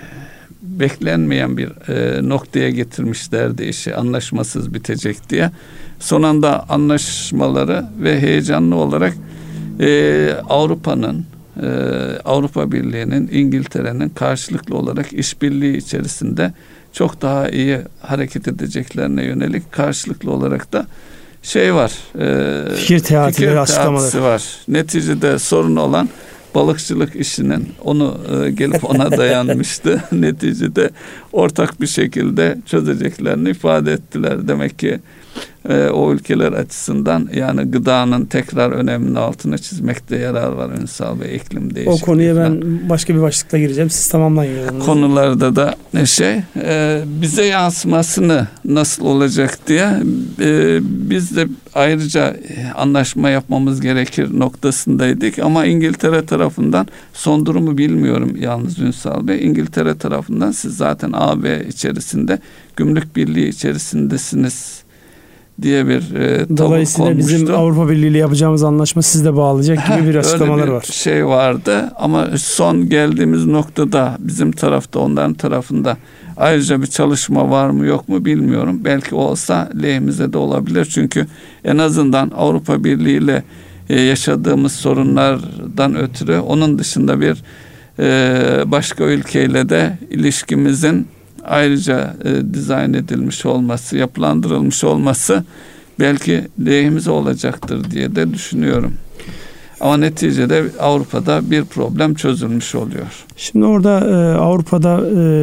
beklenmeyen bir e, noktaya getirmişlerdi işi, anlaşmasız bitecek diye. Son anda anlaşmaları ve heyecanlı olarak e, Avrupa'nın, e, Avrupa Birliği'nin, İngiltere'nin karşılıklı olarak işbirliği içerisinde çok daha iyi hareket edeceklerine yönelik karşılıklı olarak da şey var. E, fikir teatileri, açıklamaları var. Neticede sorun olan balıkçılık işinin onu e, gelip ona dayanmıştı. Neticede ortak bir şekilde çözeceklerini ifade ettiler. Demek ki e, o ülkeler açısından yani gıdanın tekrar öneminin altına çizmekte yarar var Ünsal Bey, iklim değişikliği. O konuya falan. ben başka bir başlıkla gireceğim. Siz tamamlayın. Konularda da ne şey e, bize yansımasını nasıl olacak diye e, biz de ayrıca anlaşma yapmamız gerekir noktasındaydık ama İngiltere tarafından son durumu bilmiyorum yalnız Ünsal Bey. İngiltere tarafından siz zaten A B içerisinde gümrük birliği içerisindesiniz diye bir e, tavır Dolayısıyla konmuştu. bizim Avrupa Birliği ile yapacağımız anlaşma sizde bağlayacak gibi bir açıklamalar var. Şey vardı ama son geldiğimiz noktada bizim tarafta onların tarafında ayrıca bir çalışma var mı yok mu bilmiyorum. Belki olsa lehimize de olabilir. Çünkü en azından Avrupa Birliği ile e, yaşadığımız sorunlardan ötürü onun dışında bir e, başka ülkeyle de ilişkimizin ayrıca e, dizayn edilmiş olması, yapılandırılmış olması belki lehimize olacaktır diye de düşünüyorum. Ama neticede Avrupa'da bir problem çözülmüş oluyor. Şimdi orada e, Avrupa'da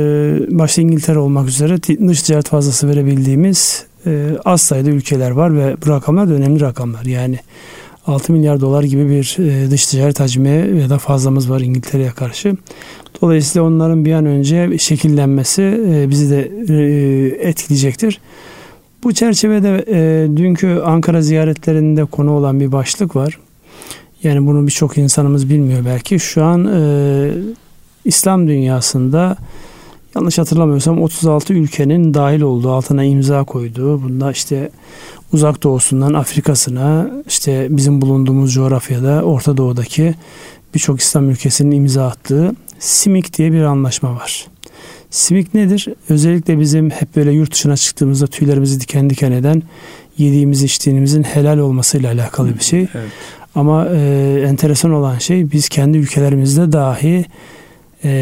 e, başta İngiltere olmak üzere dış ticaret fazlası verebildiğimiz e, az sayıda ülkeler var ve bu rakamlar da önemli rakamlar. Yani altı milyar dolar gibi bir e, dış ticaret hacmi ya da fazlamız var İngiltere'ye karşı. Dolayısıyla onların bir an önce şekillenmesi e, bizi de e, etkileyecektir. Bu çerçevede e, dünkü Ankara ziyaretlerinde konu olan bir başlık var. Yani bunu birçok insanımız bilmiyor belki. Şu an e, İslam dünyasında yanlış hatırlamıyorsam otuz altı ülkenin dahil olduğu, altına imza koyduğu, bunda işte Uzak Doğu'sundan Afrika'sına, işte bizim bulunduğumuz coğrafyada Orta Doğu'daki birçok İslam ülkesinin imza attığı SİMİK diye bir anlaşma var. SİMİK nedir? Özellikle bizim hep böyle yurt dışına çıktığımızda tüylerimizi diken diken eden yediğimiz içtiğimizin helal olmasıyla alakalı bir şey. Evet. Ama e, enteresan olan şey biz kendi ülkelerimizde dahi e,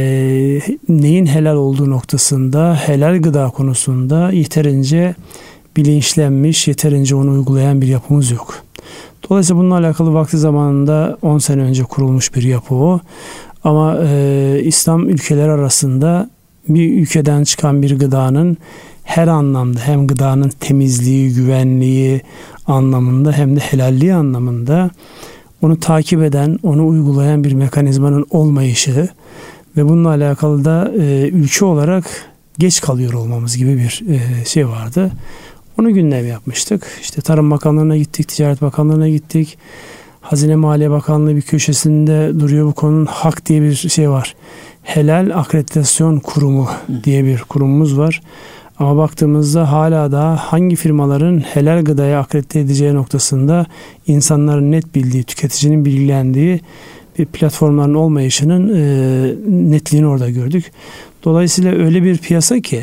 neyin helal olduğu noktasında, helal gıda konusunda yeterince bilinçlenmiş, yeterince onu uygulayan bir yapımız yok. Dolayısıyla bununla alakalı vakti zamanında on sene önce kurulmuş bir yapı o. Ama e, İslam ülkeleri arasında bir ülkeden çıkan bir gıdanın her anlamda hem gıdanın temizliği, güvenliği anlamında hem de helalliği anlamında onu takip eden, onu uygulayan bir mekanizmanın olmayışı ve bununla alakalı da e, ülke olarak geç kalıyor olmamız gibi bir e, şey vardı. Onu gündem yapmıştık. İşte Tarım Bakanlığı'na gittik, Ticaret Bakanlığı'na gittik. Hazine Maliye Bakanlığı bir köşesinde duruyor bu konunun. HAK diye bir şey var. Helal Akreditasyon Kurumu diye bir kurumumuz var. Ama baktığımızda hala da hangi firmaların helal gıdaya akredite edeceği noktasında insanların net bildiği, tüketicinin bilgilendiği bir platformların olmayışının e, netliğini orada gördük. Dolayısıyla öyle bir piyasa ki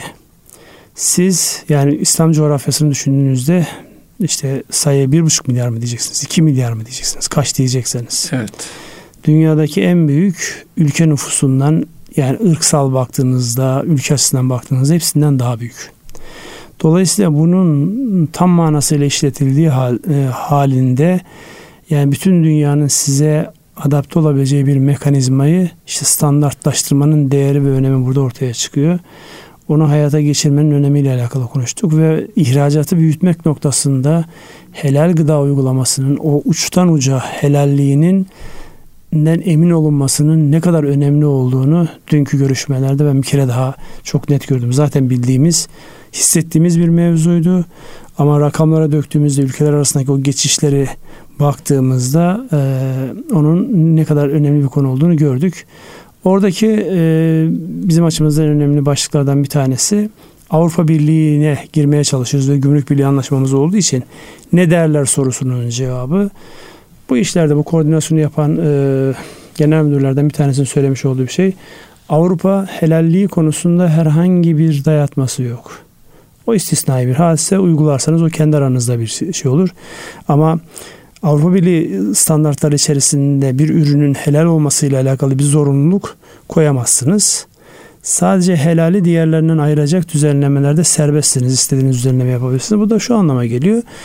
siz yani İslam coğrafyasını düşündüğünüzde işte sayı bir buçuk milyar mı diyeceksiniz, iki milyar mı diyeceksiniz, kaç diyecekseniz. Evet. Dünyadaki en büyük ülke nüfusundan yani ırksal baktığınızda, ülke açısından baktığınızda hepsinden daha büyük. Dolayısıyla bunun tam manasıyla işletildiği hal, e, halinde yani bütün dünyanın size adapte olabileceği bir mekanizmayı işte standartlaştırmanın değeri ve önemi burada ortaya çıkıyor. Onu hayata geçirmenin önemiyle alakalı konuştuk ve ihracatı büyütmek noktasında helal gıda uygulamasının o uçtan uca helalliğinin emin olunmasının ne kadar önemli olduğunu dünkü görüşmelerde ben bir kere daha çok net gördüm. Zaten bildiğimiz, hissettiğimiz bir mevzuydu. Ama rakamlara döktüğümüzde ülkeler arasındaki o geçişleri baktığımızda e, onun ne kadar önemli bir konu olduğunu gördük. Oradaki e, bizim açımızdan önemli başlıklardan bir tanesi Avrupa Birliği'ne girmeye çalışıyoruz ve Gümrük Birliği anlaşmamız olduğu için ne derler sorusunun cevabı. Bu işlerde bu koordinasyonu yapan e, genel müdürlerden bir tanesinin söylemiş olduğu bir şey. Avrupa helalliği konusunda herhangi bir dayatması yok. O istisnai bir hadise, uygularsanız o kendi aranızda bir şey olur. Ama Avrupa Birliği standartları içerisinde bir ürünün helal olmasıyla alakalı bir zorunluluk koyamazsınız. Sadece helali diğerlerinden ayıracak düzenlemelerde serbestsiniz. İstediğiniz düzenleme yapabilirsiniz. Bu da şu anlama geliyor.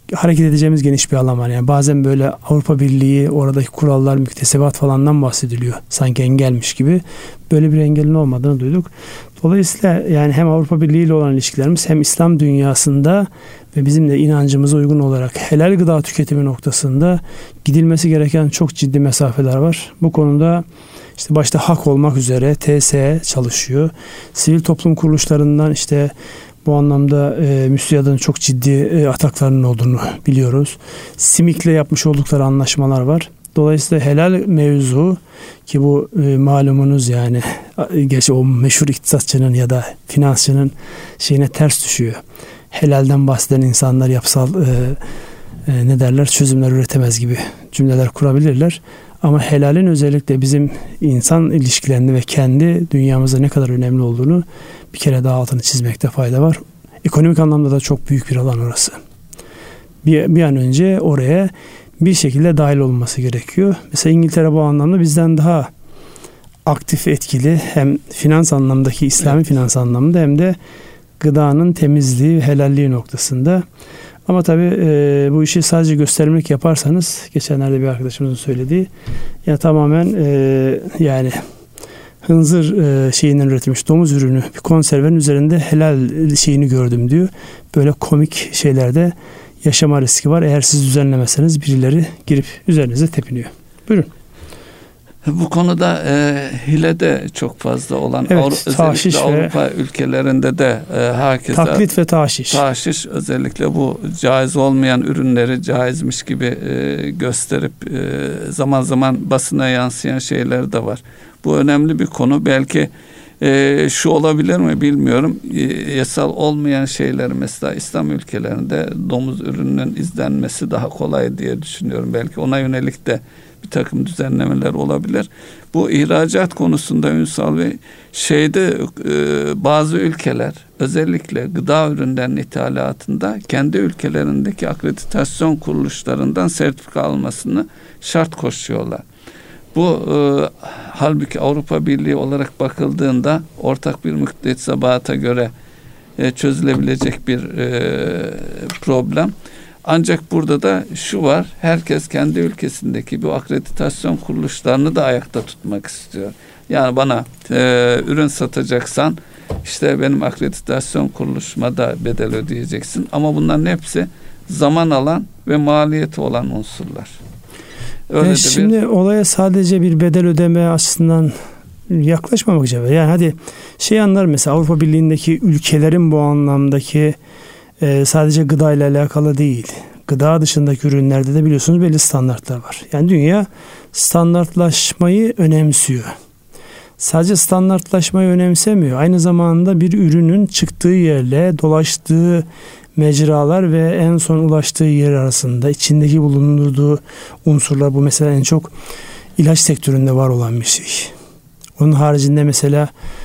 hareket edeceğimiz geniş bir alan var. Yani bazen böyle Avrupa Birliği, oradaki kurallar, müktesebat falandan bahsediliyor. Sanki engelmiş gibi. Böyle bir engelin olmadığını duyduk. Dolayısıyla yani hem Avrupa Birliği ile olan ilişkilerimiz hem İslam dünyasında ve bizim de inancımıza uygun olarak helal gıda tüketimi noktasında gidilmesi gereken çok ciddi mesafeler var. Bu konuda işte başta Hak olmak üzere T S E çalışıyor. Sivil toplum kuruluşlarından işte bu anlamda e, MÜSİAD'ın çok ciddi e, ataklarının olduğunu biliyoruz. SİMİK'le yapmış oldukları anlaşmalar var. Dolayısıyla helal mevzu ki bu e, malumunuz yani gerçi o meşhur iktisatçının ya da finansçının şeyine ters düşüyor. Helalden bahseden insanlar yapısal e, e, ne derler çözümler üretemez gibi cümleler kurabilirler. Ama helalin özellikle bizim insan ilişkilerinde ve kendi dünyamızda ne kadar önemli olduğunu bir kere daha altını çizmekte fayda var. Ekonomik anlamda da çok büyük bir alan orası. Bir, bir an önce oraya bir şekilde dahil olması gerekiyor. Mesela İngiltere bu anlamda bizden daha aktif, etkili hem finans anlamdaki, İslami evet. finans anlamında hem de gıdanın temizliği ve helalliği noktasında. Ama tabii e, bu işi sadece göstermek yaparsanız, geçenlerde bir arkadaşımızın söylediği, ya tamamen e, yani hınzır e, şeyinden üretilmiş domuz ürünü bir konservenin üzerinde helal şeyini gördüm diyor. Böyle komik şeylerde yaşama riski var. Eğer siz düzenlemeseniz birileri girip üzerinize tepiniyor. Buyurun. Bu konuda e, hile de çok fazla olan evet, Avru- özellikle Avrupa ülkelerinde de e, herkese taklit ve taşiş. Taşiş özellikle bu caiz olmayan ürünleri caizmiş gibi e, gösterip e, zaman zaman basına yansıyan şeyler de var. Bu önemli bir konu. Belki e, şu olabilir mi bilmiyorum. E, yasal olmayan şeyler mesela İslam ülkelerinde domuz ürününün izlenmesi daha kolay diye düşünüyorum. Belki ona yönelik de bir takım düzenlemeler olabilir. Bu ihracat konusunda Ünsal Bey, şeyde e, bazı ülkeler özellikle gıda ürünlerinin ithalatında kendi ülkelerindeki akreditasyon kuruluşlarından sertifika almasını şart koşuyorlar. Bu e, halbuki Avrupa Birliği olarak bakıldığında ortak bir müktesebata göre e, çözülebilecek bir e, problem. Ancak burada da şu var, herkes kendi ülkesindeki bu akreditasyon kuruluşlarını da ayakta tutmak istiyor. Yani bana e, ürün satacaksan işte benim akreditasyon kuruluşuma da bedel ödeyeceksin. Ama bunların hepsi zaman alan ve maliyeti olan unsurlar. Öyle yani şimdi bir... olaya sadece bir bedel ödeme açısından yaklaşmamak için. Yani hadi şey anlar mesela Avrupa Birliği'ndeki ülkelerin bu anlamdaki Ee, sadece gıda ile alakalı değil. Gıda dışındaki ürünlerde de biliyorsunuz belli standartlar var. Yani dünya standartlaşmayı önemsiyor. Sadece standartlaşmayı önemsemiyor. Aynı zamanda bir ürünün çıktığı yerle dolaştığı mecralar ve en son ulaştığı yer arasında içindeki bulundurduğu unsurlar, bu mesela en çok ilaç sektöründe var olan bir şey. Onun haricinde mesela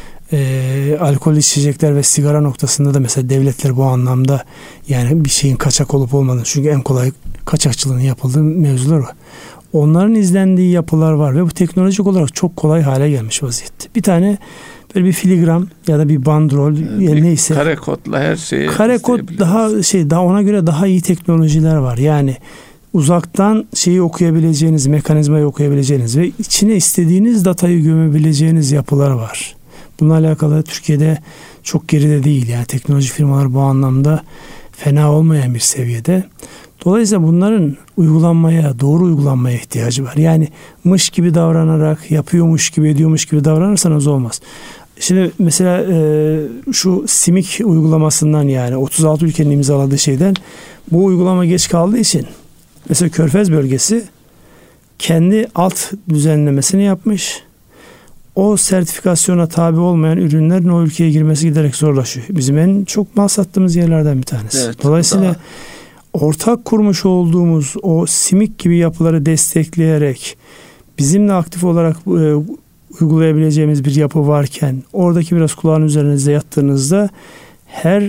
E, alkol içecekler ve sigara noktasında da mesela devletler bu anlamda yani bir şeyin kaçak olup olmadığını, çünkü en kolay kaçakçılığın yapıldığı mevzular var. Onların izlendiği yapılar var ve bu teknolojik olarak çok kolay hale gelmiş vaziyette. Bir tane böyle bir filigram ya da bir bandrol bir ya neyse. Kare kodla her şeyi. Kare kod daha şey daha ona göre daha iyi teknolojiler var. Yani uzaktan şeyi okuyabileceğiniz, mekanizmayı okuyabileceğiniz ve içine istediğiniz datayı gömebileceğiniz yapılar var. Bununla alakalı Türkiye'de çok geride değil. Yani teknoloji firmaları bu anlamda fena olmayan bir seviyede. Dolayısıyla bunların uygulanmaya, doğru uygulanmaya ihtiyacı var. Yani mış gibi davranarak, yapıyormuş gibi, ediyormuş gibi davranırsanız olmaz. Şimdi mesela e, şu SİMİK uygulamasından, yani otuz altı ülkenin imzaladığı şeyden bu uygulama geç kaldığı için mesela Körfez bölgesi kendi alt düzenlemesini yapmış. O sertifikasyona tabi olmayan ürünlerin o ülkeye girmesi giderek zorlaşıyor. Bizim en çok mal sattığımız yerlerden bir tanesi. Evet, dolayısıyla daha... ortak kurmuş olduğumuz o SİMİK gibi yapıları destekleyerek bizimle aktif olarak e, uygulayabileceğimiz bir yapı varken oradaki biraz kulağın üzerinizde yattığınızda her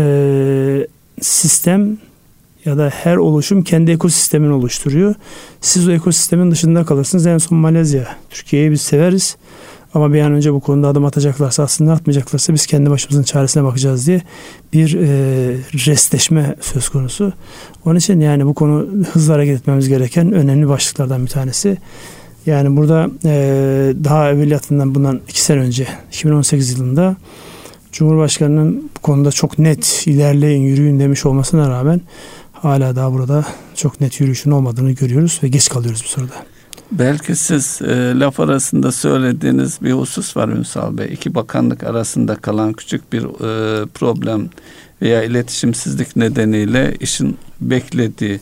e, sistem ya da her oluşum kendi ekosistemini oluşturuyor. Siz o ekosistemin dışında kalırsınız. En son Malezya. Türkiye'yi biz severiz. Ama bir an önce bu konuda adım atacaklarsa, aslında atmayacaklarsa biz kendi başımızın çaresine bakacağız diye bir e, restleşme söz konusu. Onun için yani bu konu hızlı hareket etmemiz gereken önemli başlıklardan bir tanesi. Yani burada e, daha evveliyatından bundan iki sene önce iki bin on sekiz yılında Cumhurbaşkanı'nın bu konuda çok net ilerleyin, yürüyün demiş olmasına rağmen hala daha burada çok net yürüyüşün olmadığını görüyoruz ve geç kalıyoruz bu soruda. Belki siz e, laf arasında söylediğiniz bir husus var Ünsal Bey. İki bakanlık arasında kalan küçük bir e, problem veya iletişimsizlik nedeniyle işin beklediği.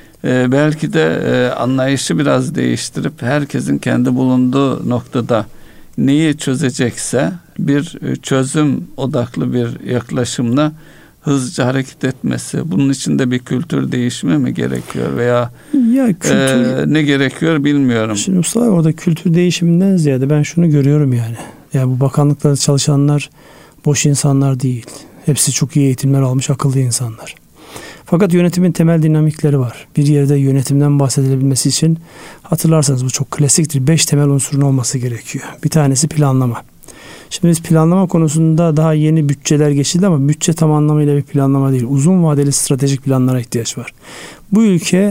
E, belki de e, anlayışı biraz değiştirip herkesin kendi bulunduğu noktada neyi çözecekse bir çözüm odaklı bir yaklaşımla hızlıca hareket etmesi. Bunun için de bir kültür değişimi mi gerekiyor veya ya kültür, e, ne gerekiyor bilmiyorum. Şimdi Mustafa abi, orada kültür değişiminden ziyade ben şunu görüyorum yani. Yani bu bakanlıklarda çalışanlar boş insanlar değil. Hepsi çok iyi eğitimler almış, akıllı insanlar. Fakat yönetimin temel dinamikleri var. Bir yerde yönetimden bahsedilebilmesi için hatırlarsanız bu çok klasiktir. Beş temel unsurun olması gerekiyor. Bir tanesi planlama. Şimdi biz planlama konusunda daha yeni bütçeler geçildi ama bütçe tam anlamıyla bir planlama değil. Uzun vadeli stratejik planlara ihtiyaç var. Bu ülke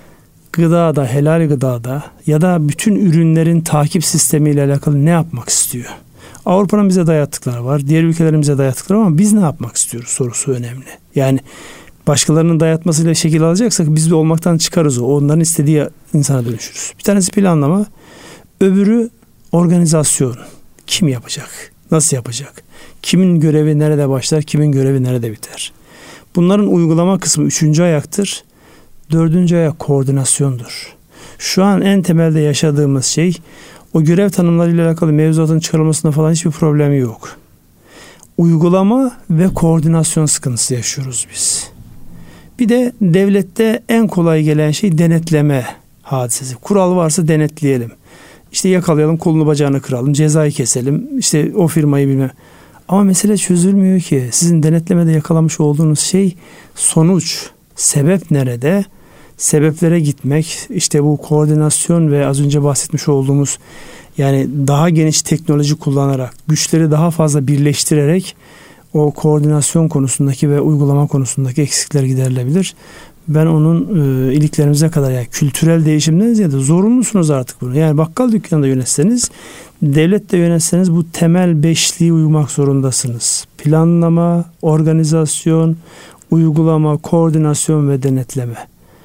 gıdada, helal gıdada ya da bütün ürünlerin takip sistemiyle alakalı ne yapmak istiyor? Avrupa'nın bize dayattıkları var. Diğer ülkelerin bize dayattıkları var ama biz ne yapmak istiyoruz sorusu önemli. Yani başkalarının dayatmasıyla şekil alacaksak biz de olmaktan çıkarız o. Onların istediği insana dönüşürüz. Bir tanesi planlama. Öbürü organizasyon. Kim yapacak? Nasıl yapacak? Kimin görevi nerede başlar? Kimin görevi nerede biter? Bunların uygulama kısmı üçüncü ayaktır. Dördüncü ayak koordinasyondur. Şu an en temelde yaşadığımız şey o görev tanımlarıyla alakalı mevzuatın çıkarılmasında falan hiçbir problem yok. Uygulama ve koordinasyon sıkıntısı yaşıyoruz biz. Bir de devlette en kolay gelen şey denetleme hadisesi. Kural varsa denetleyelim. İşte yakalayalım, kolunu bacağını kıralım, cezayı keselim, işte o firmayı bilmem. Ama mesele çözülmüyor ki. Sizin denetlemede yakalamış olduğunuz şey sonuç. Sebep nerede? Sebeplere gitmek, işte bu koordinasyon ve az önce bahsetmiş olduğumuz yani daha geniş teknoloji kullanarak, güçleri daha fazla birleştirerek o koordinasyon konusundaki ve uygulama konusundaki eksikler giderilebilir. Ben onun e, iliklerimize kadar yani kültürel değişimden ziyade zorunlusunuz artık bunu. Yani bakkal dükkanında yönetseniz, devlette yönetseniz bu temel beşliği uymak zorundasınız. Planlama, organizasyon, uygulama, koordinasyon ve denetleme.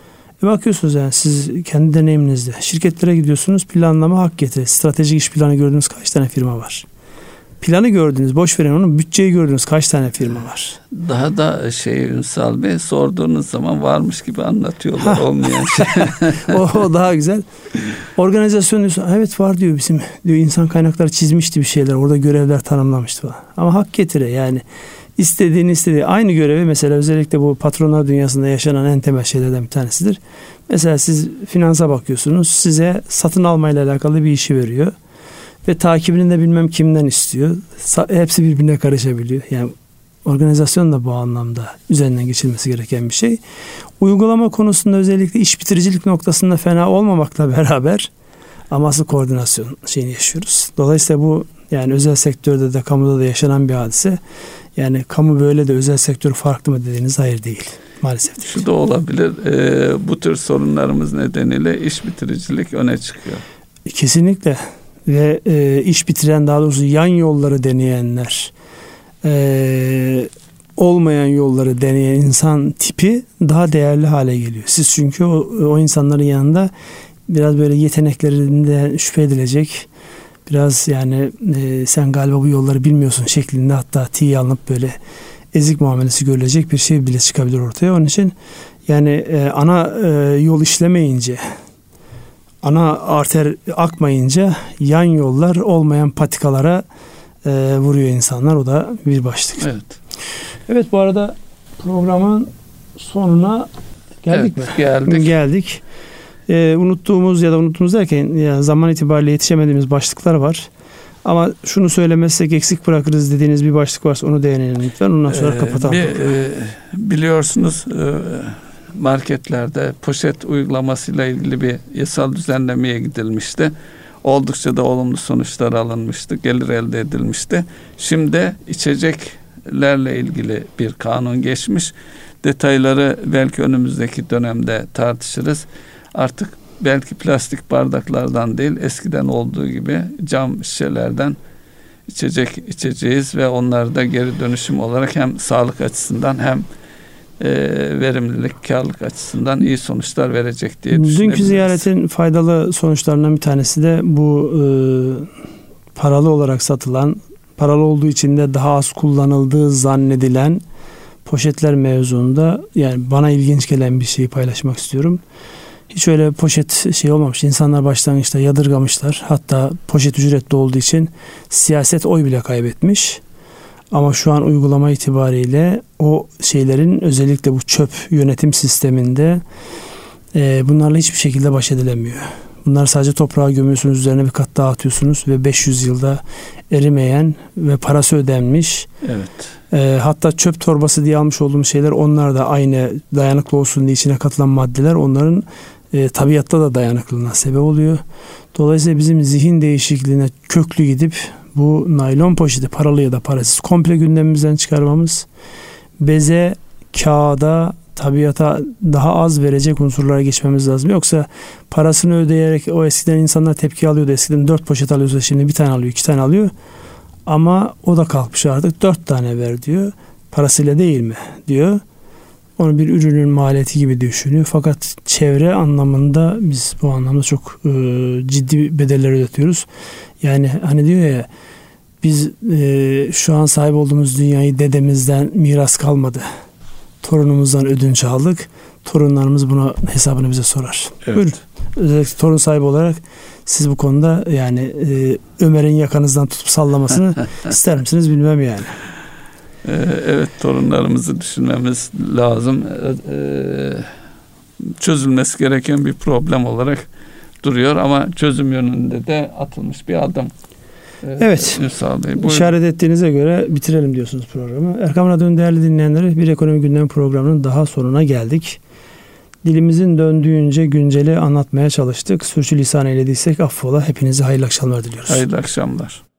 E bakıyorsunuz yani siz kendi deneyiminizde şirketlere gidiyorsunuz, planlama, hak getiri, stratejik iş planı gördüğünüz kaç tane firma var? Planı gördünüz, boş verin onu, bütçeyi gördünüz kaç tane firma var? Daha da şey Ünsal Bey, sorduğunuz zaman varmış gibi anlatıyorlar olmayan şey. o, o daha güzel. Organizasyon diyorsun, evet var diyor bizim diyor insan kaynakları çizmişti bir şeyler, orada görevler tanımlamıştı falan. Ama hak getire yani istediğini istediği aynı görevi mesela özellikle bu patronlar dünyasında yaşanan en temel şeylerden bir tanesidir. Mesela siz finansa bakıyorsunuz, size satın almayla alakalı bir işi veriyor. Ve takibini de bilmem kimden istiyor. Hepsi birbirine karışabiliyor. Yani organizasyon da bu anlamda üzerinden geçilmesi gereken bir şey. Uygulama konusunda özellikle iş bitiricilik noktasında fena olmamakla beraber ama asıl koordinasyon şeyini yaşıyoruz. Dolayısıyla bu yani özel sektörde de kamuda da yaşanan bir hadise. Yani kamu böyle de özel sektör farklı mı dediğiniz hayır değil. Maalesef değil. Şu da olabilir. E, bu tür sorunlarımız nedeniyle iş bitiricilik öne çıkıyor. Kesinlikle. Ve e, iş bitiren, daha doğrusu yan yolları deneyenler, e, olmayan yolları deneyen insan tipi daha değerli hale geliyor. Siz çünkü o, o insanların yanında biraz böyle yeteneklerinden şüphe edilecek, biraz yani e, sen galiba bu yolları bilmiyorsun şeklinde hatta tiye alınıp böyle ezik muamelesi görülecek bir şey bile çıkabilir ortaya. Onun için yani e, ana e, yol işlemeyince, ana arter akmayınca yan yollar olmayan patikalara e, vuruyor insanlar. O da bir başlık. Evet. Evet, bu arada programın sonuna geldik evet, mi? Geldik. Geldik. E, unuttuğumuz ya da unuttuğumuz derken ya zaman itibariyle yetişemediğimiz başlıklar var. Ama şunu söylemezsek eksik bırakırız dediğiniz bir başlık varsa onu değinelim lütfen. Ondan sonra ee, kapatalım. Bir, e, biliyorsunuz e, marketlerde poşet uygulamasıyla ilgili bir yasal düzenlemeye gidilmişti. Oldukça da olumlu sonuçlar alınmıştı. Gelir elde edilmişti. Şimdi içeceklerle ilgili bir kanun geçmiş. Detayları belki önümüzdeki dönemde tartışırız. Artık belki plastik bardaklardan değil, eskiden olduğu gibi cam şişelerden içecek içeceğiz ve onlar da geri dönüşüm olarak hem sağlık açısından hem e, verimlilik, karlılık açısından iyi sonuçlar verecek diye düşünebiliriz. Dünkü ziyaretin faydalı sonuçlarından bir tanesi de bu e, paralı olarak satılan, paralı olduğu için de daha az kullanıldığı zannedilen poşetler mevzuunda, yani bana ilginç gelen bir şeyi paylaşmak istiyorum. Hiç öyle poşet şey olmamış. İnsanlar başlangıçta yadırgamışlar. Hatta poşet ücretli olduğu için siyaset oy bile kaybetmiş. Ama şu an uygulama itibariyle o şeylerin, özellikle bu çöp yönetim sisteminde e, bunlarla hiçbir şekilde baş edilemiyor. Bunlar sadece toprağa gömüyorsunuz, üzerine bir kat daha atıyorsunuz ve beş yüz yılda erimeyen ve parası ödenmiş. Evet. E, hatta çöp torbası diye almış olduğumuz şeyler, onlar da aynı dayanıklı olsun diye içine katılan maddeler onların e, tabiatta da dayanıklılığına sebep oluyor. Dolayısıyla bizim zihin değişikliğine köklü gidip bu naylon poşeti, paralı ya da parasız, komple gündemimizden çıkarmamız, beze, kağıda, tabiata daha az verecek unsurlara geçmemiz lazım. Yoksa parasını ödeyerek, o eskiden insanlar tepki alıyordu. Eskiden dört poşet alıyorsa şimdi bir tane alıyor, iki tane alıyor. Ama o da kalkmış artık dört tane ver diyor. Parasıyla değil mi diyor. Onu bir ürünün maliyeti gibi düşünüyor. Fakat çevre anlamında biz bu anlamda çok e, ciddi bedeller ödetiyoruz. Yani hani diyor ya, biz e, şu an sahip olduğumuz dünyayı dedemizden miras kalmadı. Torunumuzdan ödünç aldık. Torunlarımız buna hesabını bize sorar. Evet. Buyurun. Özellikle torun sahibi olarak siz bu konuda yani e, Ömer'in yakanızdan tutup sallamasını ister misiniz bilmem yani. Evet, torunlarımızı düşünmemiz lazım. Çözülmesi gereken bir problem olarak duruyor ama çözüm yönünde de atılmış bir adım. Evet. Ünsal Bey, İşaret ettiğinize göre bitirelim diyorsunuz programı. Erkam Radyo'nun değerli dinleyenleri, bir ekonomi gündemi programının daha sonuna geldik. Dilimizin döndüğünce günceli anlatmaya çalıştık. Sürçülisan eylediysek affola. Hepinize hayırlı akşamlar diliyoruz. Hayırlı akşamlar.